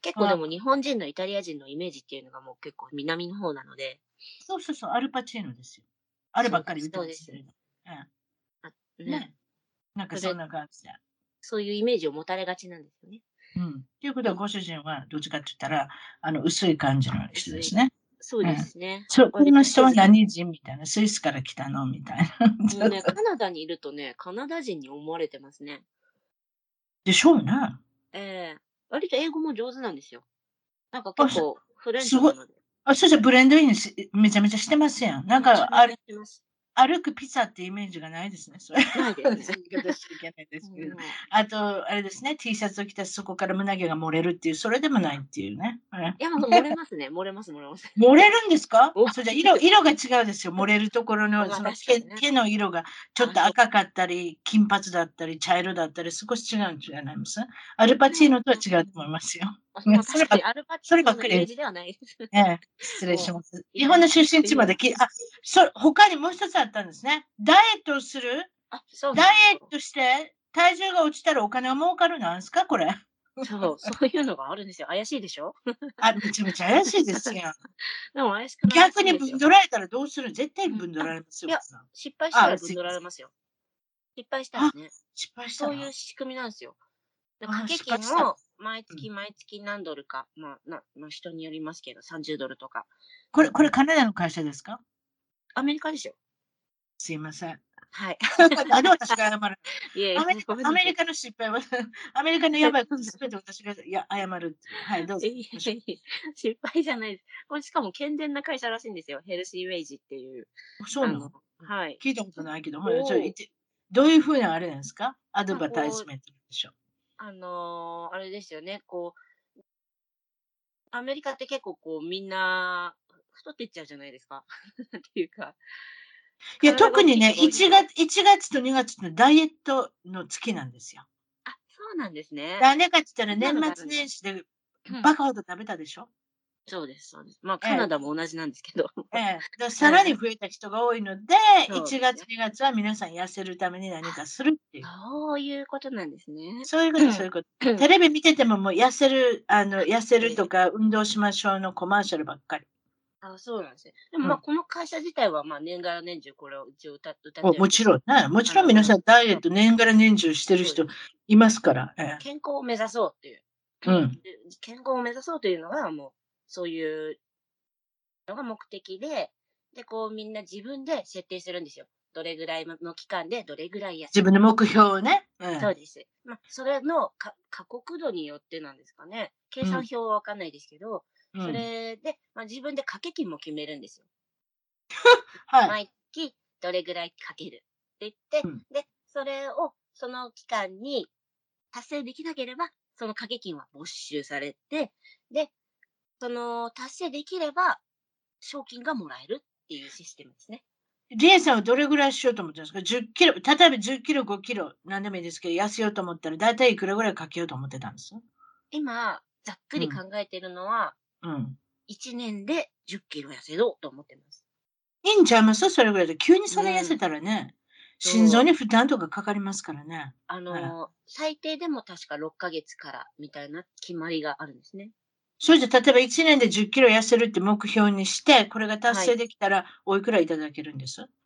結構でも日本人のイタリア人のイメージっていうのがもう結構南の方なので。 そうそうそう、アルパチーノですよ。あればっかり言ってますけど。 あ、 うん。 ね。 ね。なんかそんな感じで。 そういうイメージを持たれがちなんですよね。 うん。ということは、ご主人はどっちかって言ったら、あの、薄い感じの人ですね。 そうですね。 そう、この人は何人みたいな、スイスから来たのみたいな。 もうね、カナダにいるとね、カナダ人に思われてますね。 でしょうね。 ええ、割と英語も上手なんですよ。なんか結構フレンすごい。 チなので。 あ、そしてブレンドインしめちゃめちゃしてますやん。なんか、あれ、歩くピザってイメージがないですね、それ。 ないですね。 そういう言い方しちゃいけないですけど。あと、あれですね、T シャツを着たそこから胸毛が漏れるっていう、それでもないっていうね。 いや、もう漏れますね。漏れます、漏れます。 漏れるんですか？それじゃ色色が違うですよ。漏れるところの、 まあその確かにね。 毛毛の色がちょっと赤かったり、金髪だったり、茶色だったり、少し違うんじゃないます？アルパチーノとは違うと思いますよ。 まあそれば確かにアルパチーノのイメージではないです。 ええ、失礼します。日本の出身地までき、あ、そ他にもう一つあったんですね。ダイエットをする？ あ、そうダイエットして体重が落ちたらお金は儲かるなんすか？これ。 そう、そういうのがあるんですよ。怪しいでしょ？ あ、めちゃめちゃ怪しいですやん。 でも怪しくない逆にぶんどられたらどうする？絶対ぶんどられますよ。 いや、失敗したらぶんどられますよ。失敗したらね。 失敗したら。 そういう仕組みなんですよ。掛け金を毎月毎月何ドルか、まあ、な、まあ、人によりますけど、さんじゅうドルとか。 これ、これカナダの会社ですか？ アメリカですよ。 すいません。 はい。 なんで私が謝る？ いえいえ、 アメリカアメリカの失敗は、アメリカのやばいことすべて私が、いや、謝るっていう。はい、どうぞ。 いえいえ失敗じゃないです。これしかも健全な会社らしいんですよ。ヘルシーウェイジっていう。 そうなの？ はい。 聞いたことないけど、ほら、ちょっと言って、どういう風なあれなんですか？アドバタイズメントでしょ。 あのー、あれですよね、こう、アメリカって結構こうみんな太っていっちゃうじゃないですか。っていうか。 いや、特にね、いちがつ、いちがつとにがつのダイエットの月なんですよ。 あ、そうなんですね。 なんでかって言ったら年末年始でバカほど食べたでしょ？ そうです、そうです。まあ、カナダも同じなんですけど。 ええ。さらに増えた人が多いので、いちがつ、にがつは皆さん痩せるために何かするっていう。 そういうことなんですね。 そういうこと、そういうこと。テレビ見ててももう痩せる、あの、痩せるとか運動しましょうのコマーシャルばっかり。 あ、そうなんですね。でもまあ、この会社自体はまあ、年がら年中これを一応歌って歌もちろんね。もちろん皆さんダイエット年がら年中してる人いますから。ええ、 健康を目指そうっていう。 うん。 健康を目指そうというのがもう、そういうのが目的で、で、こうみんな自分で設定するんですよ。どれぐらいの期間でどれぐらい痩せる。 自分の目標をね。 うん、そうです。まあ、それのか過酷度によってなんですかね。計算表はわかんないですけど、うん、それで、まあ、自分で掛け金も決めるんですよ。はい。毎月どれぐらいかけるって言って、うん、で、それをその期間に達成できなければ、その掛け金は没収されて、で、その達成できれば、賞金がもらえるっていうシステムですね。 リエさんはどれぐらいしようと思ってるんですか？ じゅっ キロ、例えばじゅっキロ、ごキロ、何でもいいですけど、痩せようと思ったら、だいたいいくらぐらいかけようと思ってたんですか？ 今、ざっくり考えてるのは、うん。いちねんでじゅっキロ痩せようと思ってます。 いいんちゃいます？それぐらいで。急にそんな痩せたらね、うん、心臓に負担とかかかりますからね。 あのーはい、最低でも確かろっかげつからみたいな決まりがあるんですね。 それじゃ、例えばいちねんでじゅっキロ痩せるって目標にして、これが達成できたら、おいくらいただけるんです？はい、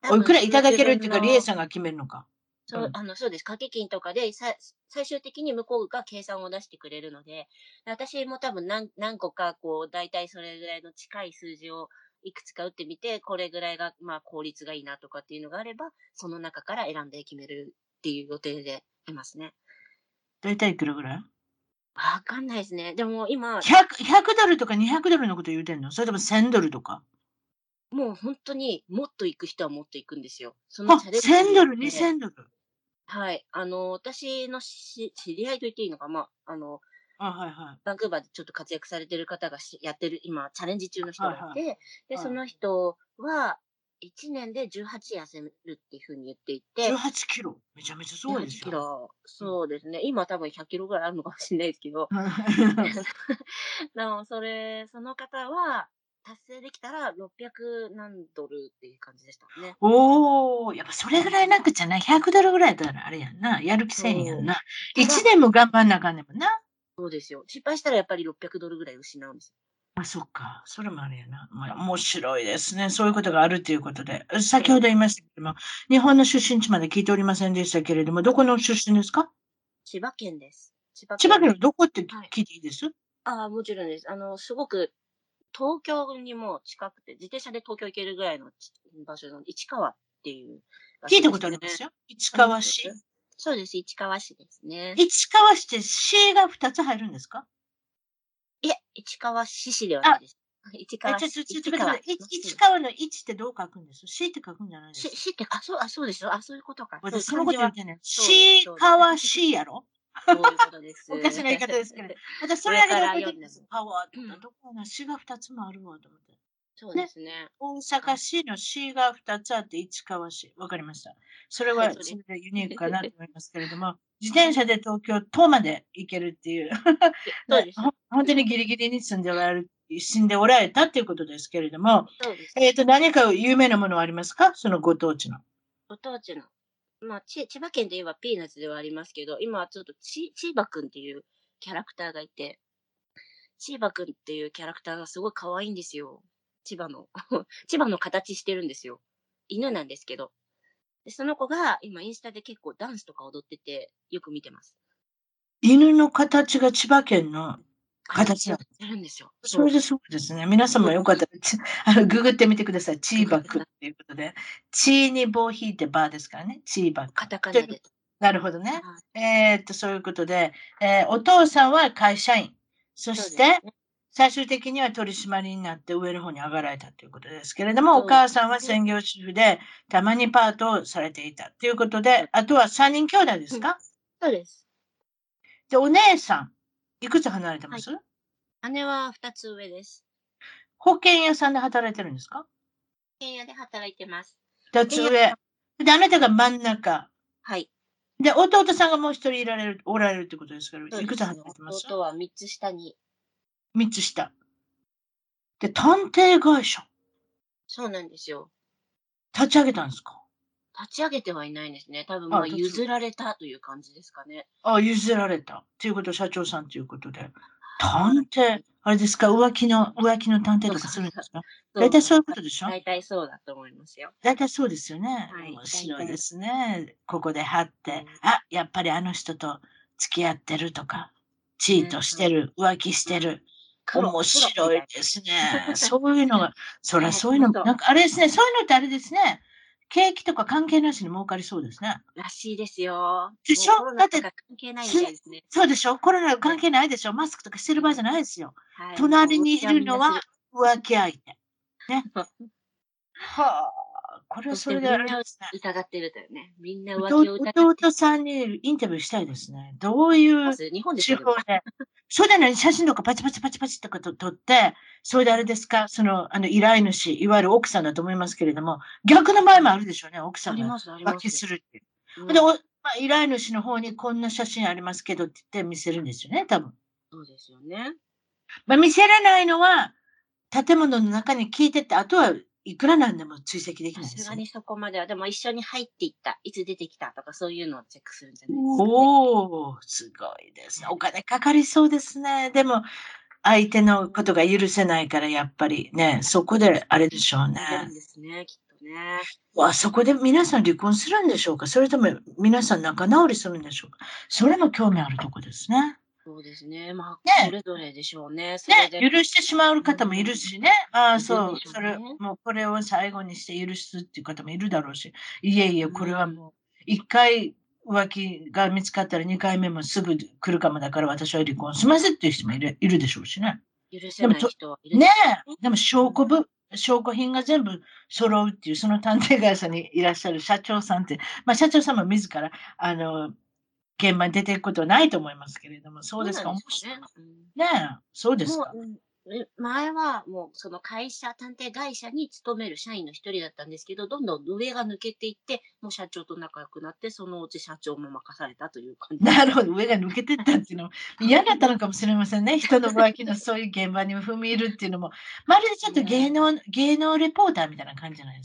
おいくらいただけるっていうか、リエさんが決めるのか。 そう、あの、そうです。掛け金とかで、さ、最終的に向こうが計算を出してくれるので、私も多分何、何個か、こう、大体それぐらいの近い数字をいくつか打ってみて、これぐらいが、まあ、効率がいいなとかっていうのがあれば、その中から選んで決めるっていう予定でいますね。 大体いくらぐらい？ わかんないですね。でも今。 ひゃく、ひゃくドルとかにひゃくドルのこと言うてんの？それともせんドルとか？ もう本当にもっと行く人はもっと行くんですよ。 そのチャレンジ。せんドル、にせんドル。 はい。あの、私のし知り合いと言っていいのか、まあ、あの、 あ、はいはい。 バンクーバーでちょっと活躍されてる方がしやってる、今、チャレンジ中の人がいて、はいはい、で、その人は、いちねんでじゅうはち痩せるっていうふうに言っていて。 じゅうはちキロめちゃめちゃすごいですよ。 じゅうはちキロ。そうですね。今多分ひゃっキロぐらいあるのかもしれないですけど。でも、それ、その方は、達成できたらろっぴゃくなんドルっていう感じでしたね。 おお、やっぱそれぐらいなくちゃな、ひゃくドルぐらいだったらあれやんな、やる気せんやんな。いちねんも頑張んなあかんねんもんな。 そうですよ。失敗したらやっぱりろっぴゃくドルぐらい失うんです。 あ、そっか。それもあるやな。まあ、面白いですね。そういうことがあるということで。先ほど言いましたけれども、日本の出身地まで聞いておりませんでしたけれども、どこの出身ですか？ 千葉県です。千葉千葉県県。 のどこってはい。 聞いていいです？ ああ、もちろんです。あの、すごく東京にも近くて、自転車で東京行けるぐらいのち場所の市川っていう場聞いたこ所ですね。 とありますよ。市あります？ 川市。 そうです、市川市ですね。 市川市って市がふたつ入るんですか？ いえ、市川市市ではないあ、 です。市え、ちょ、 川市、 ちょ、ちょ、ちょ、 市川待って、いの市です。 市川の市ってどう書くんです？市って書くんじゃないですし、 か？ しって、あ、そう、あ、そうですよ。あ、そういうことか。そう、 私、その漢字は、 こと言ってね、 そうです、 市そうです。 川市やろ？ そういうことです。 おかしな言い方ですけど、私それ上かだけでら読んでも。 覚えてるんです。川ってうん、 どこな、市がふたつもあるわと思って。 そうでね。 すね。 大あ、 阪市の市がふたつあって、市川市。わかりました。それはい、 はそうです。 それでユニークかなと思いますけれども、自転車で東京都まで行けるっていう、 え、そうね、 です。 ほほんとにギリギリに住んでおられる住んでおられたっていうことですけれども、 そうです。 えっと、何か有名なものはありますか？そのご当地の。 ご当地の。まあ、ち千葉県で言えばピーナッツではありますけど、今はちょっとちチーバくんっていうキャラクターがいて、チーバくんっていうキャラクターがすごい可愛いんですよ。千葉の。千葉の形してるんですよ。犬なんですけど。で、その子が今インスタで結構ダンスとか踊ってて、よく見てます。 犬の形が千葉県の形なの。 形をしてるんですよ。そう。 それでそうですね。皆さんそう。 もよかったら、ちあの、ググってみてください。チーバくんっググってくだていうことで。チーに棒引いてバーですからね。チーバくん。 カタカというナで。 なるほどね。 はい。 えーっと、そういうことで、えーお父さんは会社員。そそうして、 ですね。 最終的には取締りになって上の方に上がられたということですけれども、おそうで母さんはすね。 専業主婦で、たまにパートをされていたということで、あとはさんにん兄弟でうん。 すか？ そうです。 で、お姉さん、いくつ離れてはい。 ます？ 姉はふたつ上です。 保険屋さんで働いてるんですか？ 保険屋で働いてます。保 2 険屋つ上。で、あなたが真ん中。 はい。 で、弟さんがもう一人いられるおられるってことですから、いくつ離そうです。 れてます？ 弟はみっつ下に。 みっつ下。で、探偵会社、 そうなんですよ。 立ち上げたんですか？ 立ち上げてはいないんですね。多分、まあ、 あ、 立ち譲られたという感じですかね。 あ、譲られた。っていうことは社長さんということで。 はい。 探偵、あれですか、浮気の浮気の探偵そうとかそうそう。 するんですか？大そう、 体そういうことでしょ？ 大体そうだと思いますよ。 大体そうですよね。 はい、 面大体。 白いですね。ここで張って、 うん、 あ、やっぱりあの人と付き合ってるとか、チーね、はい。 トしてる、浮気しうん。 てる。面黒黒みたい白いですね。そういうのが、そらな。ね、 そういうの、 ほんと、 なんかあれですね、そういうのってあれですね。景気とか関係なしに儲かりそうですね。 らしいですよ。 でしょ？ もうコロナだって、 とか関係ないみすたいですね。 そうでしょ？コロナ関ね、 係ないでしょ？マスクとかしてる場合じゃうん。 ないですよ。 はい、もう隣にい浮気はるのはみんなする。 浮気相手。ね。はあ、これはそしてそれであみんなれですね。 疑ってるというね。みんなおと浮気を疑ってる。 弟さんにインタビューしたいですね。どういうます？日本ですよ、でも。 手法で。そうだね、写真とかパチパチパチパチとかと撮って、それであれですか、その、あの、依頼主、いわゆる奥さんだと思いますけれども、逆の場合もあるでしょうね、奥さんがありますあり浮気ます。 するっていう。で、おうん。 まあ、依頼主の方にこんな写真ありますけどって言って見せるんですよね、多分。 そうですよね。 まあ、見せれないのは、建物の中に聞いてって、あとはいくらなんでも追跡できさないですよね。 すがにそこまでは、でも一緒に入っていった、いつ出てきたとかそういうのをチェックするんじゃないですかね。 おお、すごいですね。お金かかりそうですね。でも、相手のことが許せないから、やっぱりね、そこであれでしょうね。 出るんですね、きっとね。 わ、そこで皆さん離婚するんでしょうか？それとも皆さん仲直りするんでしょうか？それも興味あるとこですね。 そうですね。まあ、そね、 れぞれでしょうね。それね、 で、 許してしまうう方もいるん、 しね。ああ、そう、 いるんでしょそれ、 うね。 もうこれを最後にして許すっていう方もいるだろうし、いえいえ、 うこれはん、 もういっかい浮気が見つかったらにかいめもすぐ来るかもだから私は離婚しますっていう人もいるいるでしょうしね。 許せでもとない人はいるねでしょうね。 え、でも証拠ぶ証拠品が全部揃うっていう、その探偵会社にいらっしゃる社長さんって、ま、社長さんも自ら、あの、現場に出ていくことはないと思いますけれども、そうですか、 どうなんでおもししょうね。うん。 ねえ、そうですもう、 か。 うん、え、前はもうその会社探偵会社に勤める社員の一人だったんですけど、どんどん上が抜けていって、もう社長と仲良くなって、そのうち社長も任されたという感じです。 なるほど、上が抜けてったっていうのも、嫌だったのかもしれませんね。人の浮気のそういう現場に踏み入るっていうのも、まるでちょっと芸ねえ。 能芸能レポーターみたいな感じじゃないですか。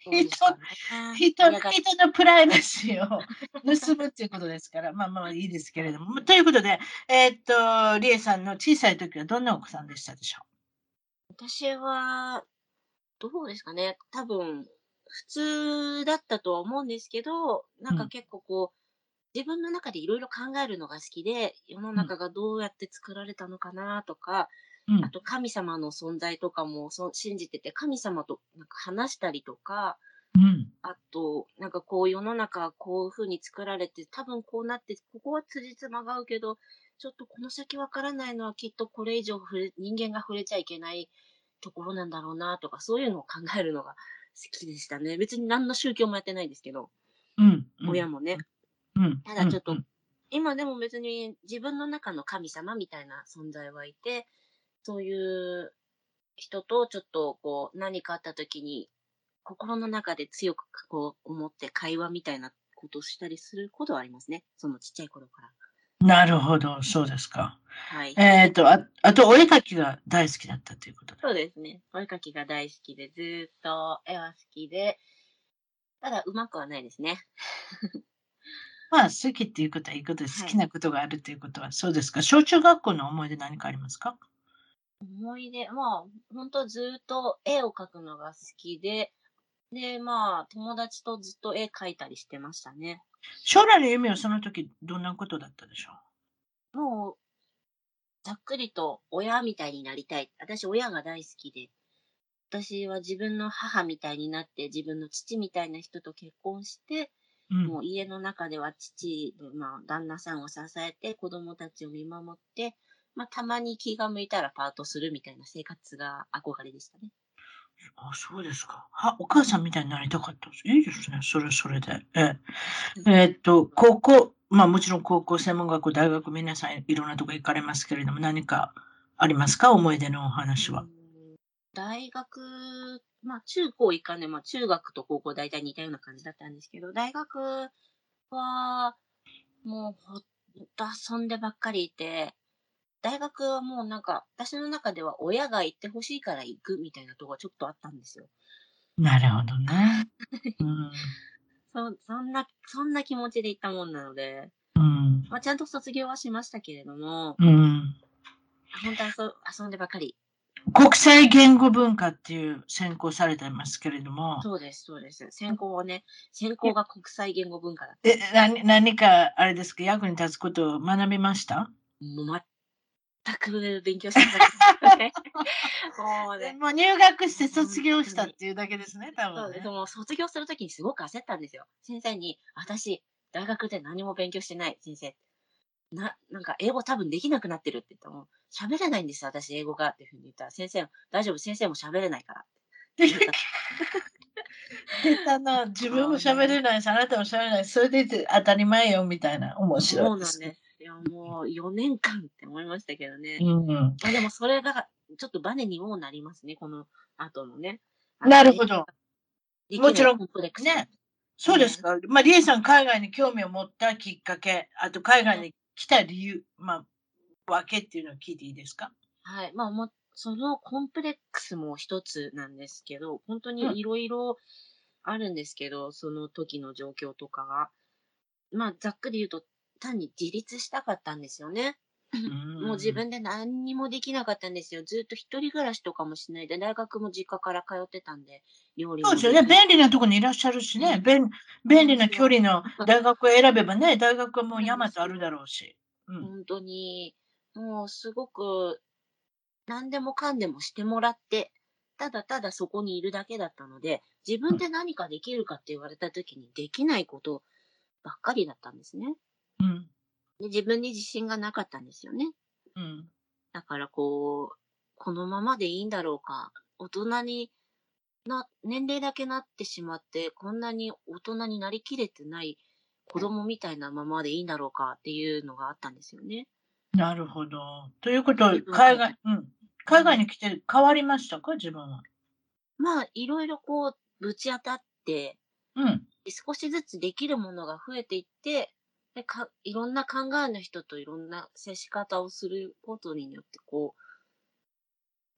そうですかね。 人、 親が、 人のプライバシーを盗むっていうことですから、まあまあいいですけれども。ということで、えーっと、リエさんの小さい時はどんなお子さんでしたでしょ私は、どうですかね。多分、普通だったとは思うんですけど、なう？うん、 んか結構こう、自分の中でいろいろ考えるのが好きで、世のうん、 中がどうやって作られたのかなとか、 うん、 あと神様の存在とかもそ信じてて、神様となんか話したりとか、 うん。 あと、なんかこう世の中はこういう風に作られて、多分こうなって、ここは辻褄が合うけど、ちょっとこの先わからないのはきっとこれ以上触れ人間が触れちゃいけないところなんだろうなとか、そういうのを考えるのが好きでしたね。別に何の宗教もやってないですけど、 うん、うん、 親もね。 うん、うん、 ただちょっと、 うん。 今でも別に自分の中の神様みたいな存在はいて、そういう人とちょっとこう何かあった時に心の中で強くこう思って会話みたいなことをしたりすることはありますね。そのちっちゃい頃から。 なるほど、そうですか。 はい。 えーっと、あ、あと、お絵描きが大好きだったということで。 そうですね。お絵かきが大好きで、ずーっと絵は好きで、ただ上手くはないですね。 まあ、好きっていうことはいいことです。 はい。 好きなことがあるということは、そうですか。小中学校の思い出何かありますか？ 思い出、まあ、ほんとずーっと絵を描くのが好きで、で、まあ、友達とずっと絵描いたりしてましたね。 将来の夢はその時どんなことだったでしょもう、ざっくりと親みたいになりたい。私、親が大好きで、私は自分の母みたいになって、自分の父みたいな人と結婚して、 う？うん。 もう家の中では父で、まあ、旦那さんを支えて、子供たちを見守って、まあ、たまに気が向いたらパートするみたいな生活が憧れでしたね。 あ、そうですか。は、お母さんみたいになりたかったです。いいですね。それはそれで。ええ。えーっと、高校、まあもちろん高校、専門学校、大学、皆さんいろんなとこ行かれますけれども、何かありますか？思い出のおう話は。 ん、大学、まあ中高一貫で、まあ中学と高校大体似たような感じだったんですけど、大学はもうほっと遊んでばっかりいて、大学はもうなんか、私の中では親が行ってほしいから行くみたいなとこがちょっとあったんですよ。 なるほどね。うん。 そそんなそんな気持ちで行ったもんなので、 うん。 まあ、ちゃんと卒業はしましたけれども、 うん。 ほんと遊遊んでばかり。 国際言語文化っていう専攻されてますけれども、 そうですそうです。専攻はね、専攻が国際言語文化だったえ、 んですよ。 何何かあれですか、役に立つことを学びました？ もう全く勉強しなかったですよね。もうね、 もう入学してほん卒業しとに。 たっていうだけですね、多そうです。 分ね。 もう卒業する時にすごく焦ったんですよ。先生に、私、大学で何も勉強してない、先生。ななんか英語多分できなくなってるって言ったら、もう喋れないんですよ、私英語がっていう風に言ったら、先生大丈夫、先生も喋れないからって言われた。 出たな、自分ももうね、 喋れないし、あなたも喋れない。それでいて当たり前よみたいな、面白いそうですね。 なんですよ。もうよねんかんって思いましたけどね。 うん。 ま、でもそれがちょっとバネにもなりますね、この後のね。あの、え、 なるほど。 できないもちろん、 コンプレックスが。 ね。そうですね。 か。まあ、リエさん、海外に興味を持ったきっかけ、あと海外ね、 に来た理由、まあ、訳っていうのを聞いていいですか？ はい。まあ、もそのコンプレックスも一つなんですけど、ほんとうん。 に色々あるんですけど、その時の状況とかが。まあ、ざっくり言うと、単に自立したかったんですよね。 うーもう自ん。 分で何にもできなかったんですよ。ずっと一人暮らしとかもしないで、大学も実家から通ってたんで、料理そうですよね。 もでき便利なとこにいらっしゃるしね。 ね、 便そう便利ななんですよ。 距離の大学を選べばね、大学はもうそうなんで山とあるだすよ。 ろうし。うん。 ほんとに、もうすごく何でもかんでもしてもらって、ただただそこにいるだけだったので、自うん。 分で何かできるかって言われた時にできないことばっかりだったんですね。 うん。 で、自分に自信がなかったんですよね。 うん。 だからこう、このままでいいんだろうか、大人にな年齢だけなってしまって、こんなに大人になりきれてない子供みたいなままでいいんだろうかっていうのがあったんですよね。 なるほど。ということは、 自分勝手。 海外うん。海外うん。 に来て変わりましたか？自分は。 まあ、いろいろこう、ぶち当たって、 うん。 で、少しずつできるものが増えていって、で、かいろんな考えの人といろんな接し方をすることによって、こう、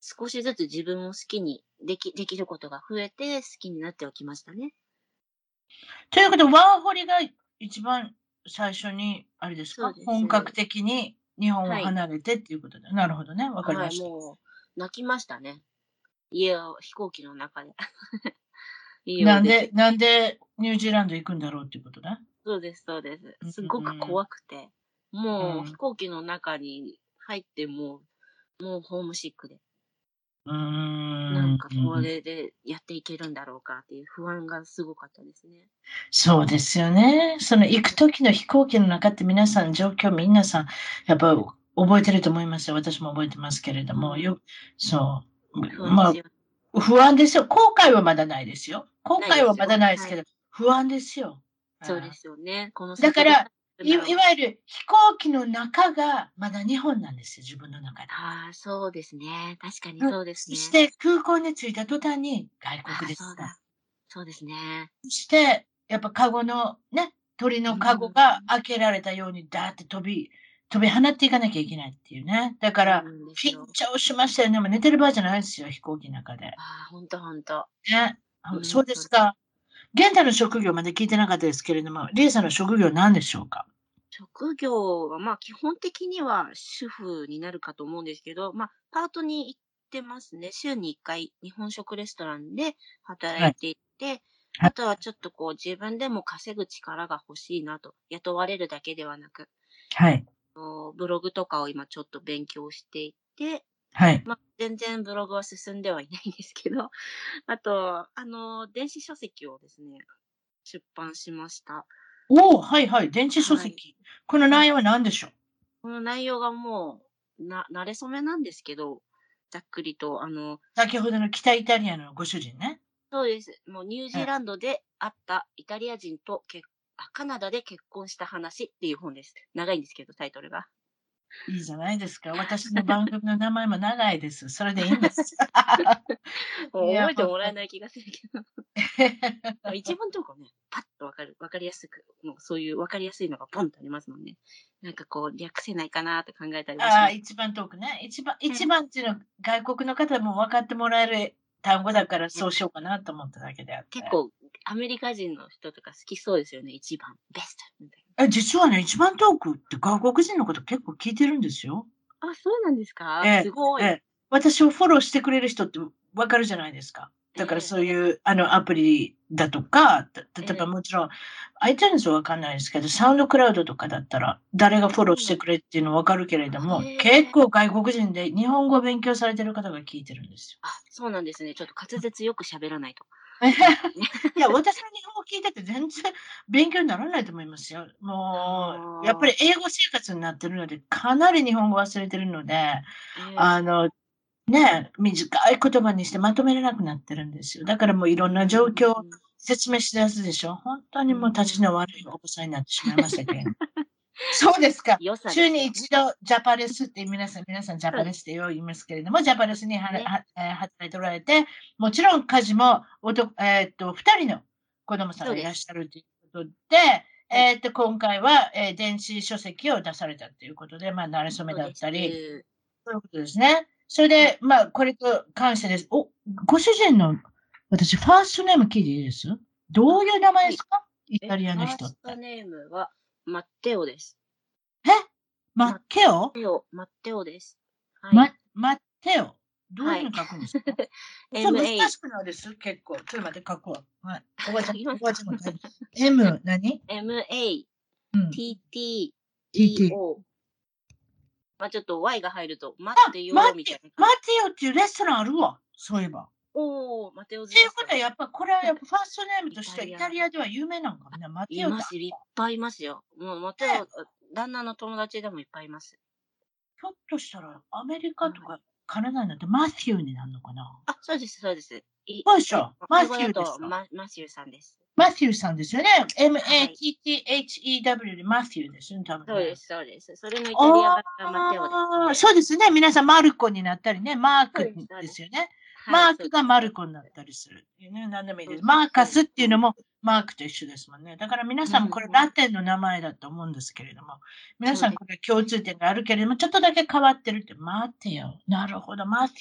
少しずつ自分を好きにでき、できることが増えて好きになっておきましたね。 ということは、ワーホリが一番最初に、あれですか、 そうです。 本格的に日本をはい。 離れてっていうことで。なるほどね。わかりはい、 ました。 もう、泣きましたね。家を、飛行機の中で。家をなんで、 出て。 なんでニュージーランド行くんだろうっていうことね。 そうです、そうです。 うすごくん。 怖くて。もう飛うん。 行機の中に入ってもう、もうホームシックで。 うーん。 なんかこれでやっていけるんだろうかっていう不安がすごかったですね。 そうですよね。その行く時の飛行機の中って皆さん状況皆さんやっぱ覚えてると思いますよ。私も覚えてますけれども、 うん、 よ、そう。ま不安ですよ。 あ、不安ですよ。後悔はまだないですよ。後ないですよ。 悔はまだないですはい。 けど、不安ですよ。 そうですよね。このだから、 先どうなるんい、いだろう。 わゆる飛行機の中がまだ日本なんですよ。自分の中で。 ああ、そうですね。確かにうん、 そうですね。 そして空港に着いた途端にああ、 外国ですか。 そうだ。そうですね。 そして、やっぱカゴのね、鳥のカゴうん。 が開けられたようにダーって飛び、飛び放っていかなきゃいけないっていうね。だから、 そうなんですよ。 緊張しましたよね。もう寝てる場合じゃないですよ、飛行機の中で。 ああ、ほんとほんと。 ね。 うん、 そうでそうです。 すか。現在の職業まで聞いてなかったですけれども、リエさんの職業何でしょうか？ 職業は、まあ、基本的には主婦になるかと思うんですけど、まあ、パートに行ってますね。週にいっかい日本食レストランで働はい。 いていて、 はい。 あとはちょっとこう自分でも稼ぐ力が欲しいなと、雇われるだけではなく、 はい。 ブログとかを今ちょっと勉強していて、 はい。 まあ、全然ブログは進んではいないんですけど、あと、あの、電子書籍をですね、出版しました。 おお、はいはい。電子書はい。 籍。このまあ、 内容は何でしょう？ この内容がもう、な、慣れ初めなんですけど、ざっくりと、あの、 先ほどの北イタリアのご主人ね。 そうです。もうニュージえーランドで会ったイタリア人と結あ、カナダで結婚した話っていう本です。長いんですけど、タイトルが。 いいじゃないですか。私の番組の名前も長いです。それでいいんです。いや、 もう覚えてほんとに。 もらえない気がするけど。でも一番とこね、パッとわかる、わかりやすく、もうそういうわかりやすいのがポンとありますもんね。なんかこう、略せないかなって考えたりもしああ、 ます。 一番遠くね。一番うん。 一番っていうのは、外国の方も分かってもらえる単語そうだから、 ね。 そうしようかなと思っただけであって。 結構、アメリカ人の人とか好きそうですよね、一番、ベストみたいえ、実はね、一番遠くって外国人のこと結構聞いてるんですよ。 な。あ、そうなんですか？ ええ、 すごい。 ええ。私をフォローしてくれる人って分かるじゃないですか。 えだからえ、 そういう、あの、アプリだとか、た例えばええ。 もちろん、iTunes は分かんないですけど、サウンドクラウドとかだったら、誰がフォローしてうん。 くれっていうの分かるけれども、結へえ。 構外国人で日本語を勉強されてる方が聞いてるんですよ。 あ、そうなんですね。ちょっと滑舌よく喋らないと。 いいけないですね。 や、私の日本語聞いてて全然勉強にならないと思いますよ。もう、やっぱああ、 り英語生活になってるので、かなり日本語忘れてるので、 ええ。 あの、ね、短い言葉にしてまとめれなくなってるんですよ。だからもういろんなうー状況をん。 説明しだすでしょ。本当うにもう立ちーん。 の悪いお子さんになってしまいましたけれど。そうですか。 良さで週すよね。 に一度ジャパレスって皆さん皆さんジャそうです。 パレスってよう言いますけれども、ジャパレそうでスにはすね。 はえー働いておられて、もちろん家事もおとえっと、ふたりの子供さんがいらっそうです。 しゃるということで、 はい。 えっと、今回は、えー電子書籍を出されたということで、まあ、馴れ初めだそうです。 ったり、そういうことですね。それはい。 で、まあ、これと関してです。お、ご主人の、私、ファーストネーム聞いていいです？どあ、 ういう名前はい。 ですか？イえ、 タリアファーの人って。 ストネームはマッテオです。 え？マッマッケオ？ テオ、マッテオです。はい。 ま、マテオ。どうはい。 いうふうに書くんですか？そう、難エムエー、 しくないです？結構。ちょっと待って、書くわ。はい。おばちゃん、お書きますか？ ばあちゃんも書いて。M、何？ エムエー、 うん。 ティーティー、 ティーティー。 イーオー。まあ、ちょっと Y が入ると、待っあ、 てマよみたいテマな感じ。 テオっていうレストランあるわ。そういえば。っおー、マテオズていうレストラン。 ことはやっぱ、これはやっぱファーストネームイとしてはイタリアの。 タリアでは有名なのかもね。マテオってあるいます、いっぱいいますよ。もうマテオ、あね。 旦那の友達でもいっぱいいます。 ひょっとしたらアメリはい。 カとかカナダになってマティューになるのかな？ あ、そうです、そうです。い、えっと、 そうでしょ。マ英語だティューでしょ。 とマ、マシューさんです。 マティューさんですよね。 はい。 M-A-T-T-H-E-W でマティューですよね、多分ね。 そうです、そうです。それのイタリアあ版がマテオですあ、 ね。 そうですね。皆さんマルコになったりね、マークそうです、そうです。 ですよね。 はい、 マークそうです。 がマルコになったりするっていうね。何でもいいです。 そうです、 マーカスっそうです。 ていうのもマークと一緒ですもんね。だから皆うさんもこれラん、 テンの名前だと思うんですけれども、皆そうです。 さんこれ共通点があるけれども、ちょっとだけ変わってるって、マテオ。なるほど、マティュー。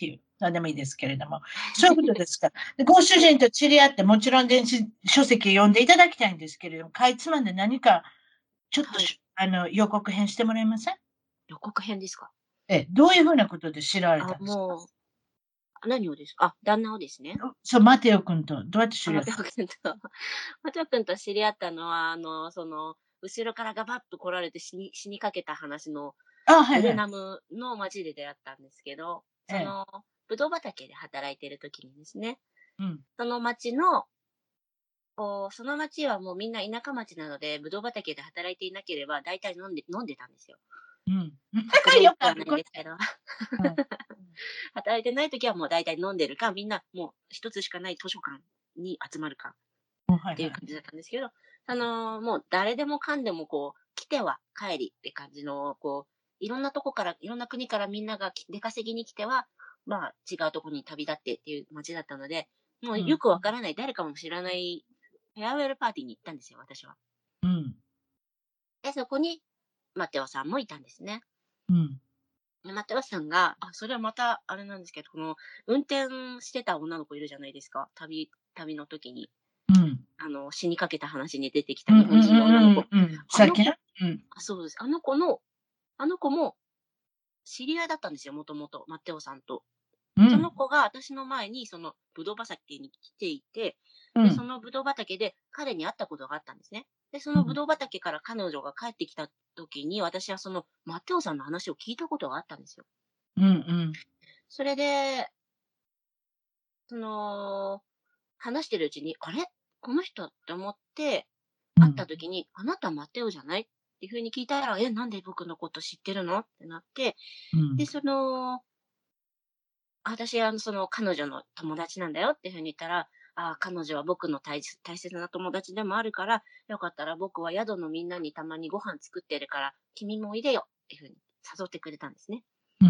どうでもいいですけれども。そういうことですか。でご主人と知り合って、もちろん電子書籍読んでいただきたいんですけれども、かいつまんで何か、ちょっと、 はい。 あの、予告編してもらえません？ 予告編ですか？ ええ、どういうふうなことで知られあ、 たんですか？ もう、何をですか？あ、旦那をですね。 そう、マテオ君とどうやって知あ、 り合っマテオ君と、マテオ君と知り合ったのは、あの、その、後ろからガバッと来られて死に死にかけた話のた？あ、はいはい。 ブレナムの町で出会ったんですけど、 ええ。 その、ぶどう畑で働いてる時にですね、 うん。 その町の、こう、その町はもうみんな田舎町なので、ぶどう畑で働いていなければ大体飲んで飲んでたんですよ。 うん。 白年よくではないんあること。 ですけど。 はい。 働いてない時はもう大体飲んでるか、みんなもう一つしかない図書館に集まるかうん、はいはい。 っていう感じだったんですけど、あの、もう誰でもかんでもこう、来ては帰りって感じの、こう、いろんなとこから、いろんな国からみんながき出稼ぎに来ては、まあ違うとこに旅立ってっていう街だったので、もうようん。 くわからない、誰かも知らないフェアウェルパーティーに行ったんですよ、私は。 うん。 で、そこにマテオさんもいたんですね。 うん。 でマテオさんが、あ、それはまたあれなんですけど、この運転してた女の子いるじゃないですか。旅、旅の時に。 うん。 あの、死にかけた話に出てきうんうんた日本人の女の子。 うんうんうん。 あの子、 最近？うん。 あ、そうです。あの子の、あの子も知り合いだったんですよ、もともと、マッテオさんと。そのうん。 子が私の前に、その、ブドウ畑に来ていて、で、そうん。 のブドウ畑で彼に会ったことがあったんですね。で、そのブうん。 ドウ畑から彼女が帰ってきた時に、私はその、マッテオさんの話を聞いたことがあったんですよ。 うんうん。 それで、その、話してるうちに、あれこの人って思って、会ったうん。 時に、あなたマテオじゃないっていう風に聞いたら、え、なんで僕のこと知ってるのってなって、で、 うん。 その、私、あの、その、彼女の友達なんだよっていう風に言ったら、ああ、彼女は僕の大切大切な友達でもあるから、よかったら僕は宿のみんなにたまにご飯作ってるから、君もおいでよっていう風に誘ってくれたんですね。 うん。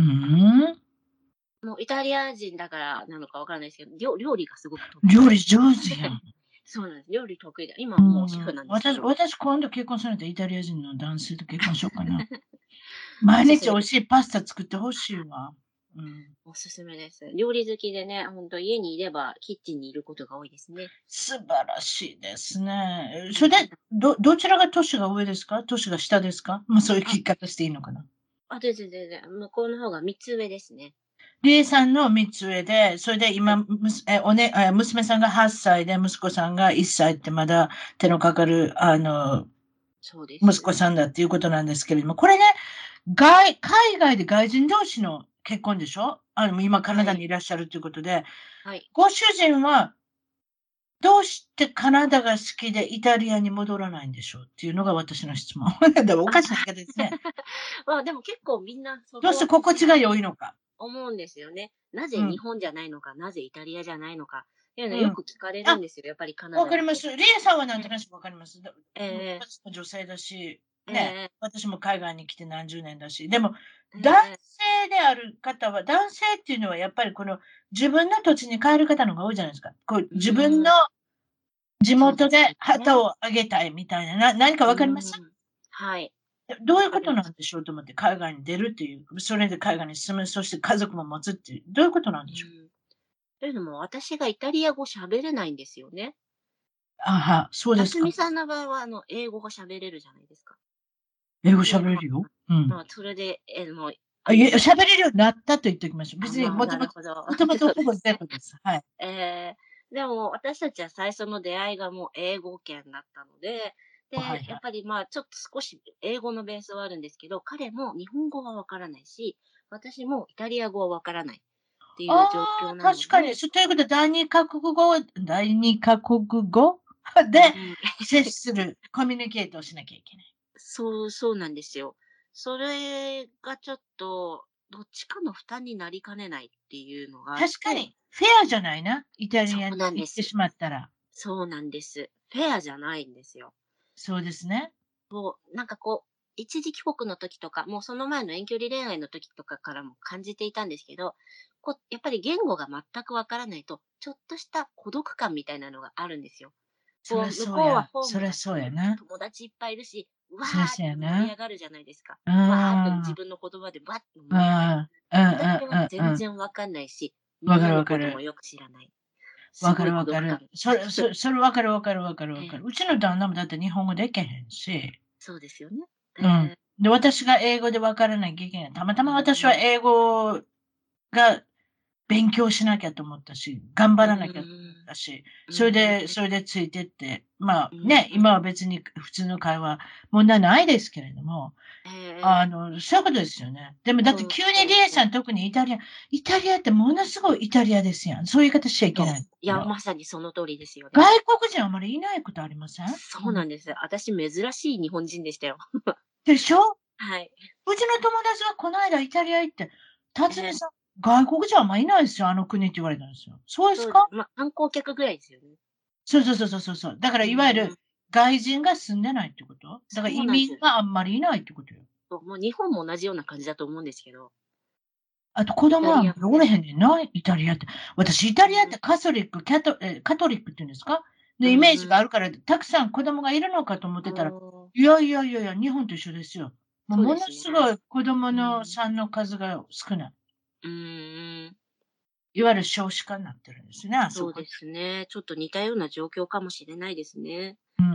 もうイタリア人だからなのかわからないですけど、料料理がすごく得意で。 料理上手やん。 そうなんです。料理得意で。今うはもう主婦ん。私、 なんですけど。 私今度結婚するんだったらイタリア人の男性と結婚しようかな。毎おすすめです。 日美味しいパスタ作ってほしいわ。うん。 おすすめです。料理好きでね、ほんと家にいればキッチンにいることが多いですね。 素晴らしいですね。 うん。 それで、ど、どちらが年が上ですか？年が下ですか？まあそういう聞あ、 き方していいのかな。 あ、全然全然。向こうの方がみっつ上ですね。 リエさんのみっつ上で、それで今、 はい。 むすえ、おね、え、娘さんがはっさいで、息子さんがいっさいってまだ手のかかる、あの、 そうです。 息子さんだっていうことなんですけれども、これね、外、海外で外人同士の結婚でしょ？あの、今カナダにはい。 いらっしゃるということで、 はい。 ご主人はどうしてカナダが好きでイタリアに戻らないんでしょうっていうのが私の質問。でもおあ、 かしな言い方ですね。 まあでも結構みんなそどうこはして心地が不思議良いのか。 思うんですよね。なぜうん。 日本じゃないのか、なぜイタリアじゃないのか、っていうのはうん。 よく聞かれるんあ、 ですよ。やっぱりカナダに来て。 わかります。リエさんはなんとね。 なくわかります。だええ私も女性だし、ね、 ええ私も海外に来て何十年だし、でも、男ええ性である方は、男性っていうのはやっぱりこの自分の土地に帰る方の方が多いじゃないですか。こうう自分のーん、 地元でそうですよね。 旗を上げたいみたいな、な、何かうわかります？ ーん。はい。 どういうことわかります。 なんでしょうと思って海外に出るっていう、それで海外に住む、そして家族も持つっていう、どういうことなんでしょう？ うん。というのも、私がイタリア語喋れないんですよね。 あは、そうですか。 夏美さんの場合は、あの、英語が喋れるじゃないですか。 英語で、ま喋れるよ。うん。 まあ、それで、え、もう、ああ、いえ、 れですよ。 喋れるようになったと言っておきましょう。 あ、 別にまあ、 もともと、 なるほど。 もともとそうほぼですね。 ゼロです。はい。 えー、でも私たちは最初の出会いがもう英語圏だったので、で、 はいはい。 やっぱりまあちょっと少し英語のベースはあるんですけど、彼も日本語はわからないし、私もイタリア語はわからないっていう状ああ、 況なの確かに。 で、 そということで、第二カ国語、第二カ国語でうん、 接する、コミュニケートをしなきゃいけない。 そう、そうなんですよ。それがちょっと、どっちかの負担になりかねないっていうのがあって、 確かに、フェアじゃないな。イタリアにそうなんです。 行ってしまったら。 そうなんです。フェアじゃないんですよ。 そうですね。 もう、なんかこう、一時帰国の時とか、もうその前の遠距離恋愛の時とかからも感じていたんですけど、こう、やっぱり言語が全くわからないと、ちょっとした孤独感みたいなのがあるんですよ。 そりゃこう、向こうはそうや。 ホームそりゃだし、 そうやな。 友達いっぱいいるし、わそりゃーって盛りそうやな。 上がるじゃないですか。 うわーってん。うん、 自分の言葉でわーってうん、 盛り上がる。 うん、うん、 私はうん。 全然わかんないし、 みんなのこともよく知らない。 わかるわかる。それ、そそれわかるわかるわかるわかる。うちの旦那もだって日本語できへんし。 そうですよね。 うん。で、私が英語でわからない経験たまたま私は英語が勉強しなきゃと思ったし、頑張らなきゃと思ったし、それで、それでついてって、まあね、今は別に普通の会話問題ないですけれども、あの、そういうことですよね。でもだって急にリエさん特にイタリア、イタリアってものすごいイタリアですやん。そういう言い方しちゃいけない。 いや、まさにその通りですよね。 外国人あまりいないことありません？ そうなんです。私珍しい日本人でしたよ。 でしょ？ はい。 うちの友達はこの間イタリア行って、辰巳さん、外国人あんまいないですよ、あの国って言われたんですよ。そうですか？ まあ、観光客ぐらいですよね。 そうそうそうそうそう。だからいわゆる外人が住んでないってこと？だから移民があんまりいないってことよ。 もう日本も同じような感じだと思うんですけど。 あと子供はおれへんねんな、イタリアって。私、イタリアってカソリック、キャトえカトリックって言うんですかのイメージがあるから、たくさん子供がいるのかと思ってたら、いやいやいやいや、日本と一緒ですよ。もうものすごい子供のさんの数が少ない。 うん。 いわゆる少子化になってるんですね、あそこ。 そうですね。ちょっと似たような状況かもしれないですね。 うん。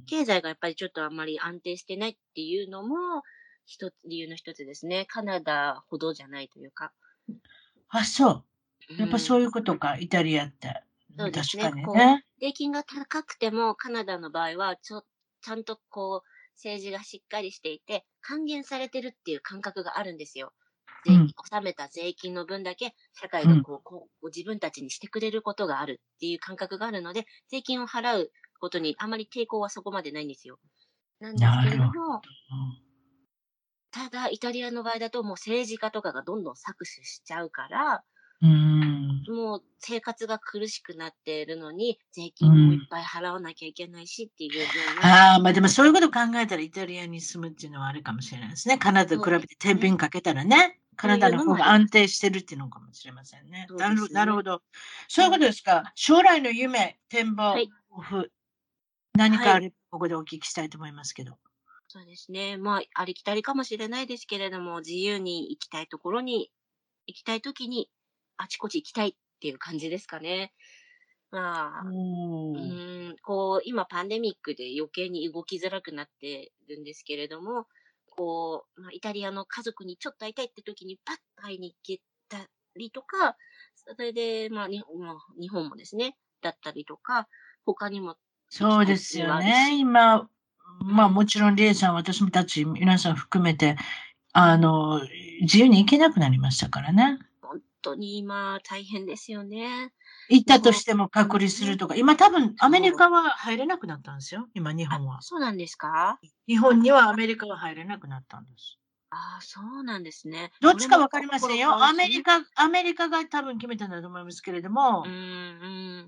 経済がやっぱりちょっとあんまり安定してないっていうのも、一つ、理由の一つですね。カナダほどじゃないというか。 あ、そう。やっぱそういうことか、イタリアって。 そうですね。 確かにこう、 ね。 税金が高くても、カナダの場合は、ちょ、ちゃんとこう、政治がしっかりしていて、還元されてるっていう感覚があるんですよ。税金、納めた税金の分だけ、社会がこう、こう、自分たちにしてくれることがあるっていう感覚があるので、税金を払うことにあまり抵抗はそこまでないんですよ。なんですけれども、ただ、イタリアの場合だともう政治家とかがどんどん搾取しちゃうから、 うん。 もう生活が苦しくなっているのに、税金もいっぱい払わなきゃいけないしっていうような。ああ、まあでもそういうこと考えたらイタリアに住むっていうのはあるかもしれないですね。カナダと比べて天秤かけたらね。カナダの方が安定してるっていうのかもしれませんね。なるなるほど。そういうことですか。将来の夢、展望、抱負、何かあればここでお聞きしたいと思いますけど。 そうですね。まあ、ありきたりかもしれないですけれども、自由に行きたいところに、行きたいときに、あちこち行きたいっていう感じですかね。まあ、うん、こう、今パンデミックで余計に動きづらくなってるんですけれども、こう、まあ、イタリアの家族にちょっと会いたいって時にパッと会いに行けたりとか、それで、まあ、にまあ、日本もですね、だったりとか、他にも。 そうですよね。今、まあもちろん、リエさん、私たち、皆さん含めて、あの、自由に行けなくなりましたからね。 本当に今、大変ですよね。 行ったとしても隔離するとか、今多分アメリカは入れなくなったんですよ。今、日本は。 そうなんですか？ 日本にはアメリカは入れなくなったんです。 ああ、そうなんですね。 どっちかわかりませんよ。アメリカ、アメリカが多分決めたんだと思いますけれども、うんうん、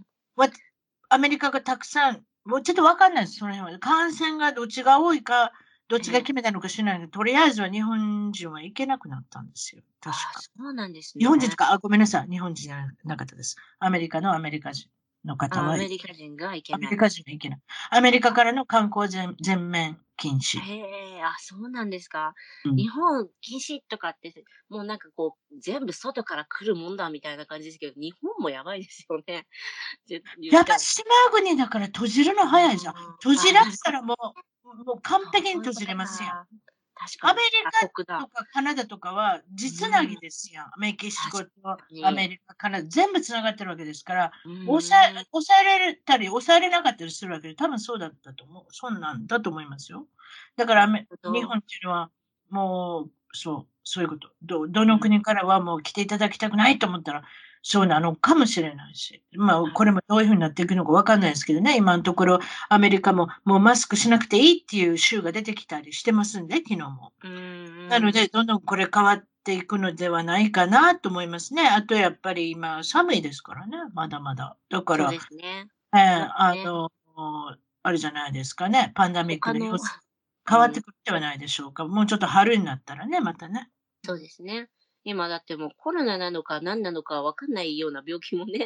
アメリカがたくさん、もうちょっとわかんないです、その辺は。感染がどっちが多いか、どっちが決めたのか知らないけど、とりあえずは日本人は行けなくなったんですよ。確か。 そうなんですね。 日本人とか、あ、ごめんなさい。日本人じゃなかったです。アメリカのアメリカ人の方は。 アメリカ人が行けない。 アメリカ人が行けない。アメリカからの観光全全面禁止。 へえ、あ、そうなんですか。うん、日本禁止とかって、もうなんかこう、全部外から来るもんだみたいな感じですけど、日本もやばいですよね。 やっぱ島国だから閉じるの早いじゃん。閉じらせたらもう、もう完璧に閉じれますやん。アメリカとかカナダとかは地つなぎですやん。メキシコとアメリカ、カナダ、全部つながってるわけですから、抑え、抑えられたり、抑えれなかったりするわけで、多分そうだったと思う。そんなんだと思いますよ。だから、日本っていうのは、もう、そう、そういうこと。ど、どの国からはもう来ていただきたくないと思ったら、そうなのかもしれないし。まあ、これもどういうふうになっていくのかわかんないですけどね。今のところ、アメリカももうマスクしなくていいっていう州が出てきたりしてますんで、昨日も。なので、どんどんこれ変わっていくのではないかなと思いますね。あと、やっぱり今、寒いですからね。まだまだ。だから、そうですね。えー、あの、あれじゃないですかね。パンデミックで様子変わってくるんではないでしょうか。もうちょっと春になったらね、またね。 そうですね。今だってもうコロナなのか何なのかわかんないような病気もね、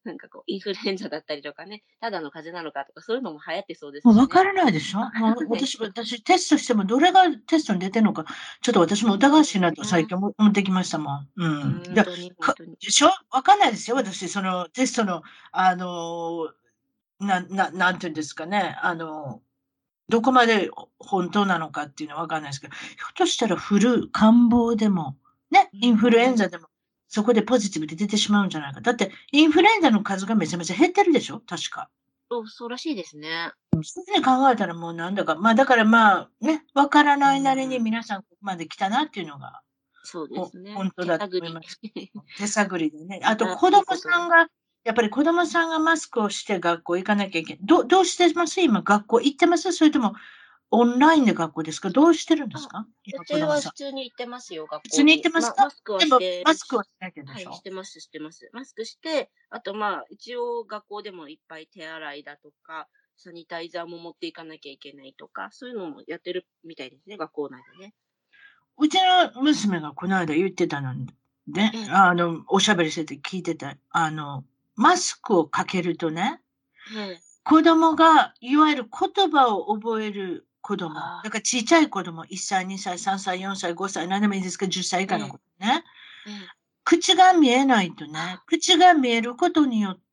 なんかこう、インフルエンザだったりとかね、ただの風邪なのかとか、そういうのも流行ってそうですもうわしね。 からないでしょもうはい。 私、私テストしてもどれがテストに出てるのか、ちょっと私も疑わしいなと最近思ってきましたもん。うん。で、 ほんとにほんかとに。 でしょわかんないですよ、私、そのテストの、あの、なななんていうんですかね、あの、どこまで本当なのかっていうのはわかんないですけど、ひょっとしたらフル、感冒でも、ね、 うインフルエンーん。 ザでも、そこでポジティブで出てしまうんじゃないか。だって、インフルエンザの数がめちゃめちゃ減ってるでしょ確か。 そう、そうらしいですね。 そういうふうに考えたらもうなんだか、まあだからまあね、わからうないなりにん。 皆さんここまで来たなっていうのが、 そうでほすね。 本当だと手探り。 思います。手探りでね。あとあ、 子供いいことです。 さんが、やっぱり子供さんがマスクをして学校行かなきゃいけない。どどうしてます今学校行ってます？それともオンラインで学校ですか？どうしてるんですあ、 か？ う今子供さん。 ちは普通に行ってますよ、学普通に行っ校に。ま、 てますか？ マスクはでもしてマスクはるし、 しなきゃではい、ししょ？ てますしてます。マスクして、あと、まあ、一応学校でもいっぱい手洗いだとか、サニタイザーも持っていかなきゃいけないとか、そういうのもやってるみたいですね、学校内でね。 うちの娘がこの間言ってたので、 ええ、 あの、おしゃべりしてて聞いてた。あの、マスクをかけるとね、 ええ。 子供がいわゆる言葉を覚える子供、 ああ、 だからちっちゃい子供、いっさい、にさい、さんさい、よんさい、ごさい、何でもいいですけど、じゅっさい以下の子ええ、 ね。 ええ。 口が見えないとね、 あ、 口が見えることによって、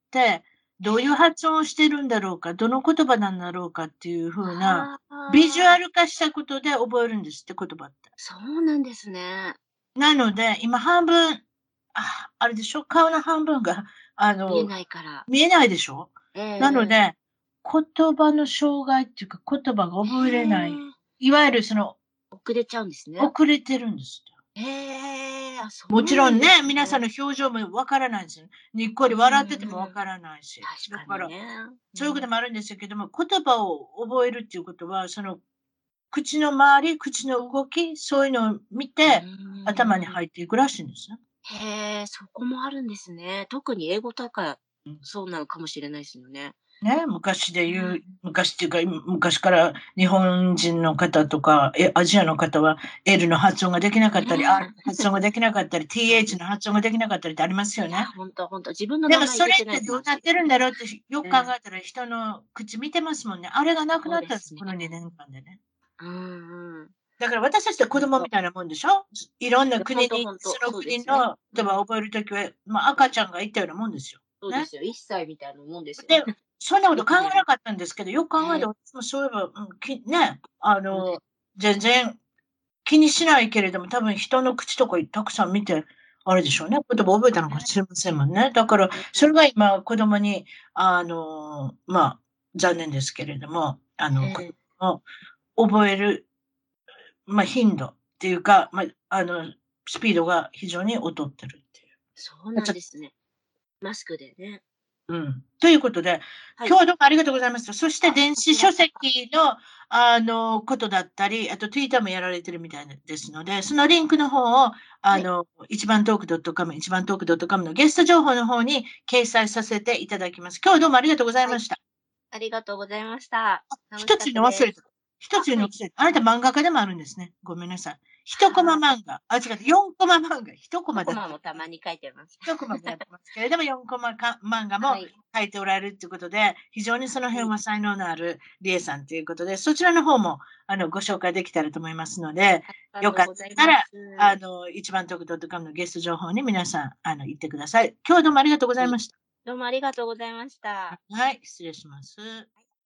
どういうええ。 発音をしてるんだろうか、どの言葉なんだろうかっていう風な、 あビジュアあ、 ル化したことで覚えるんですって、言葉って。 そうなんですね。 なので、今半分、あ、あれでしょ、顔の半分が、あ見えの、 ないから。 見えないでしょ？ ええええ。 なので、言葉の障害っていうか、言葉がへ覚えれない、 え、 いわゆるその、 遅れちゃうんですね。 遅れてるんですって。 へえ、あ、そもうなんでちろんね、 すね。 皆さんの表情もわからないんですよ。にっこりうん笑っててもわうん。 からないし。 確だから、 かにね。うん。 そういうこともあるんですけども、言葉を覚えるっていうことは、その、口の周り、口の動き、そういうのを見うて、頭にーん。 入っていくらしいんですね。 へえ、そこもあるんですね。特に英語とか、 うん。 そうなのかもしれないですよね。 ね、昔で言う、 うん。 昔っていうか、今昔から日本人の方とか、え、アジアの方は L の発音ができなかったり、 ね R の発音ができなかったり、 そうでティーエイチ のす。 発音ができなかったりってありますよいや、 ね。 ほんとほんと。自分の名でもそれ前言えてないですもん、 ってどうなっ私。 てるんだろうってよく考ええ、 えたら人の口見てますもんね。あれがなくなったんです、 そうですね。 このにねんかんでね。 うんうん。 だから私たちって子ほんと。 供みたいなもんでしょ？いろんないや、ほん国に、 とほんと、 そのそうですね。 国のうん。 言葉を覚えるときは、まあ、赤ちゃんがいたようなもんですよ。ね。 そうですよ。いっさいみたいなもんですよ。 で、そんなこと考いきなり。 えなかったんですけど、よく考えええ、 て私もそういえば、うん、きね、あうん。 の、全然気にしないけれども、多分人の口とかたくさん見て、あれでしょうね、言葉覚えたのかもしれませんもんね。だから、 ね、 それが今子供に、あの、まあ、残念ですけれども、あの、言ええ、 葉を覚える、まあ、頻度っていうか、まあ、あの、スピードが非常に劣ってるっていう。 そうま、ちょなんですね。マスクでね。 うん。ということで、 はい。 今日はどうもありがとうございました。そしてあ、 電こちらこ子書籍の、あの、ことだったり、あと Twitter もやられてるみたいなですので、そのリンクの方を、あはい。 の、一番トーク .com、一番トーク .com のゲスト情報の方に掲載させていただきます。今日はどうもありがとうございはい。 ました。 ありがとうございました。楽し一つかったです。 言うの忘れた。一あ、はい。 つ言うの忘れた。あなた漫画家でもあるんですね。ごめんなさい。一コマはい。 漫画。あ、違う、四コマ漫画。一コ一コマだった。 マもたまに書いてます。 一コマもやってますけれども、よんコマか漫画もはい。 書いておられるということで、非常にそのはい。 辺は才能のあるりえさんということで、そちらの方もあのご紹介できたらと思いますので、 ありがよかっとうございたら、 ます。 あの、一番トーク .com のゲスト情報に皆さん、あの、行ってください。今日はどうもありがとうござはい。 いましどうもありがとうございました。 た。はい、失礼します。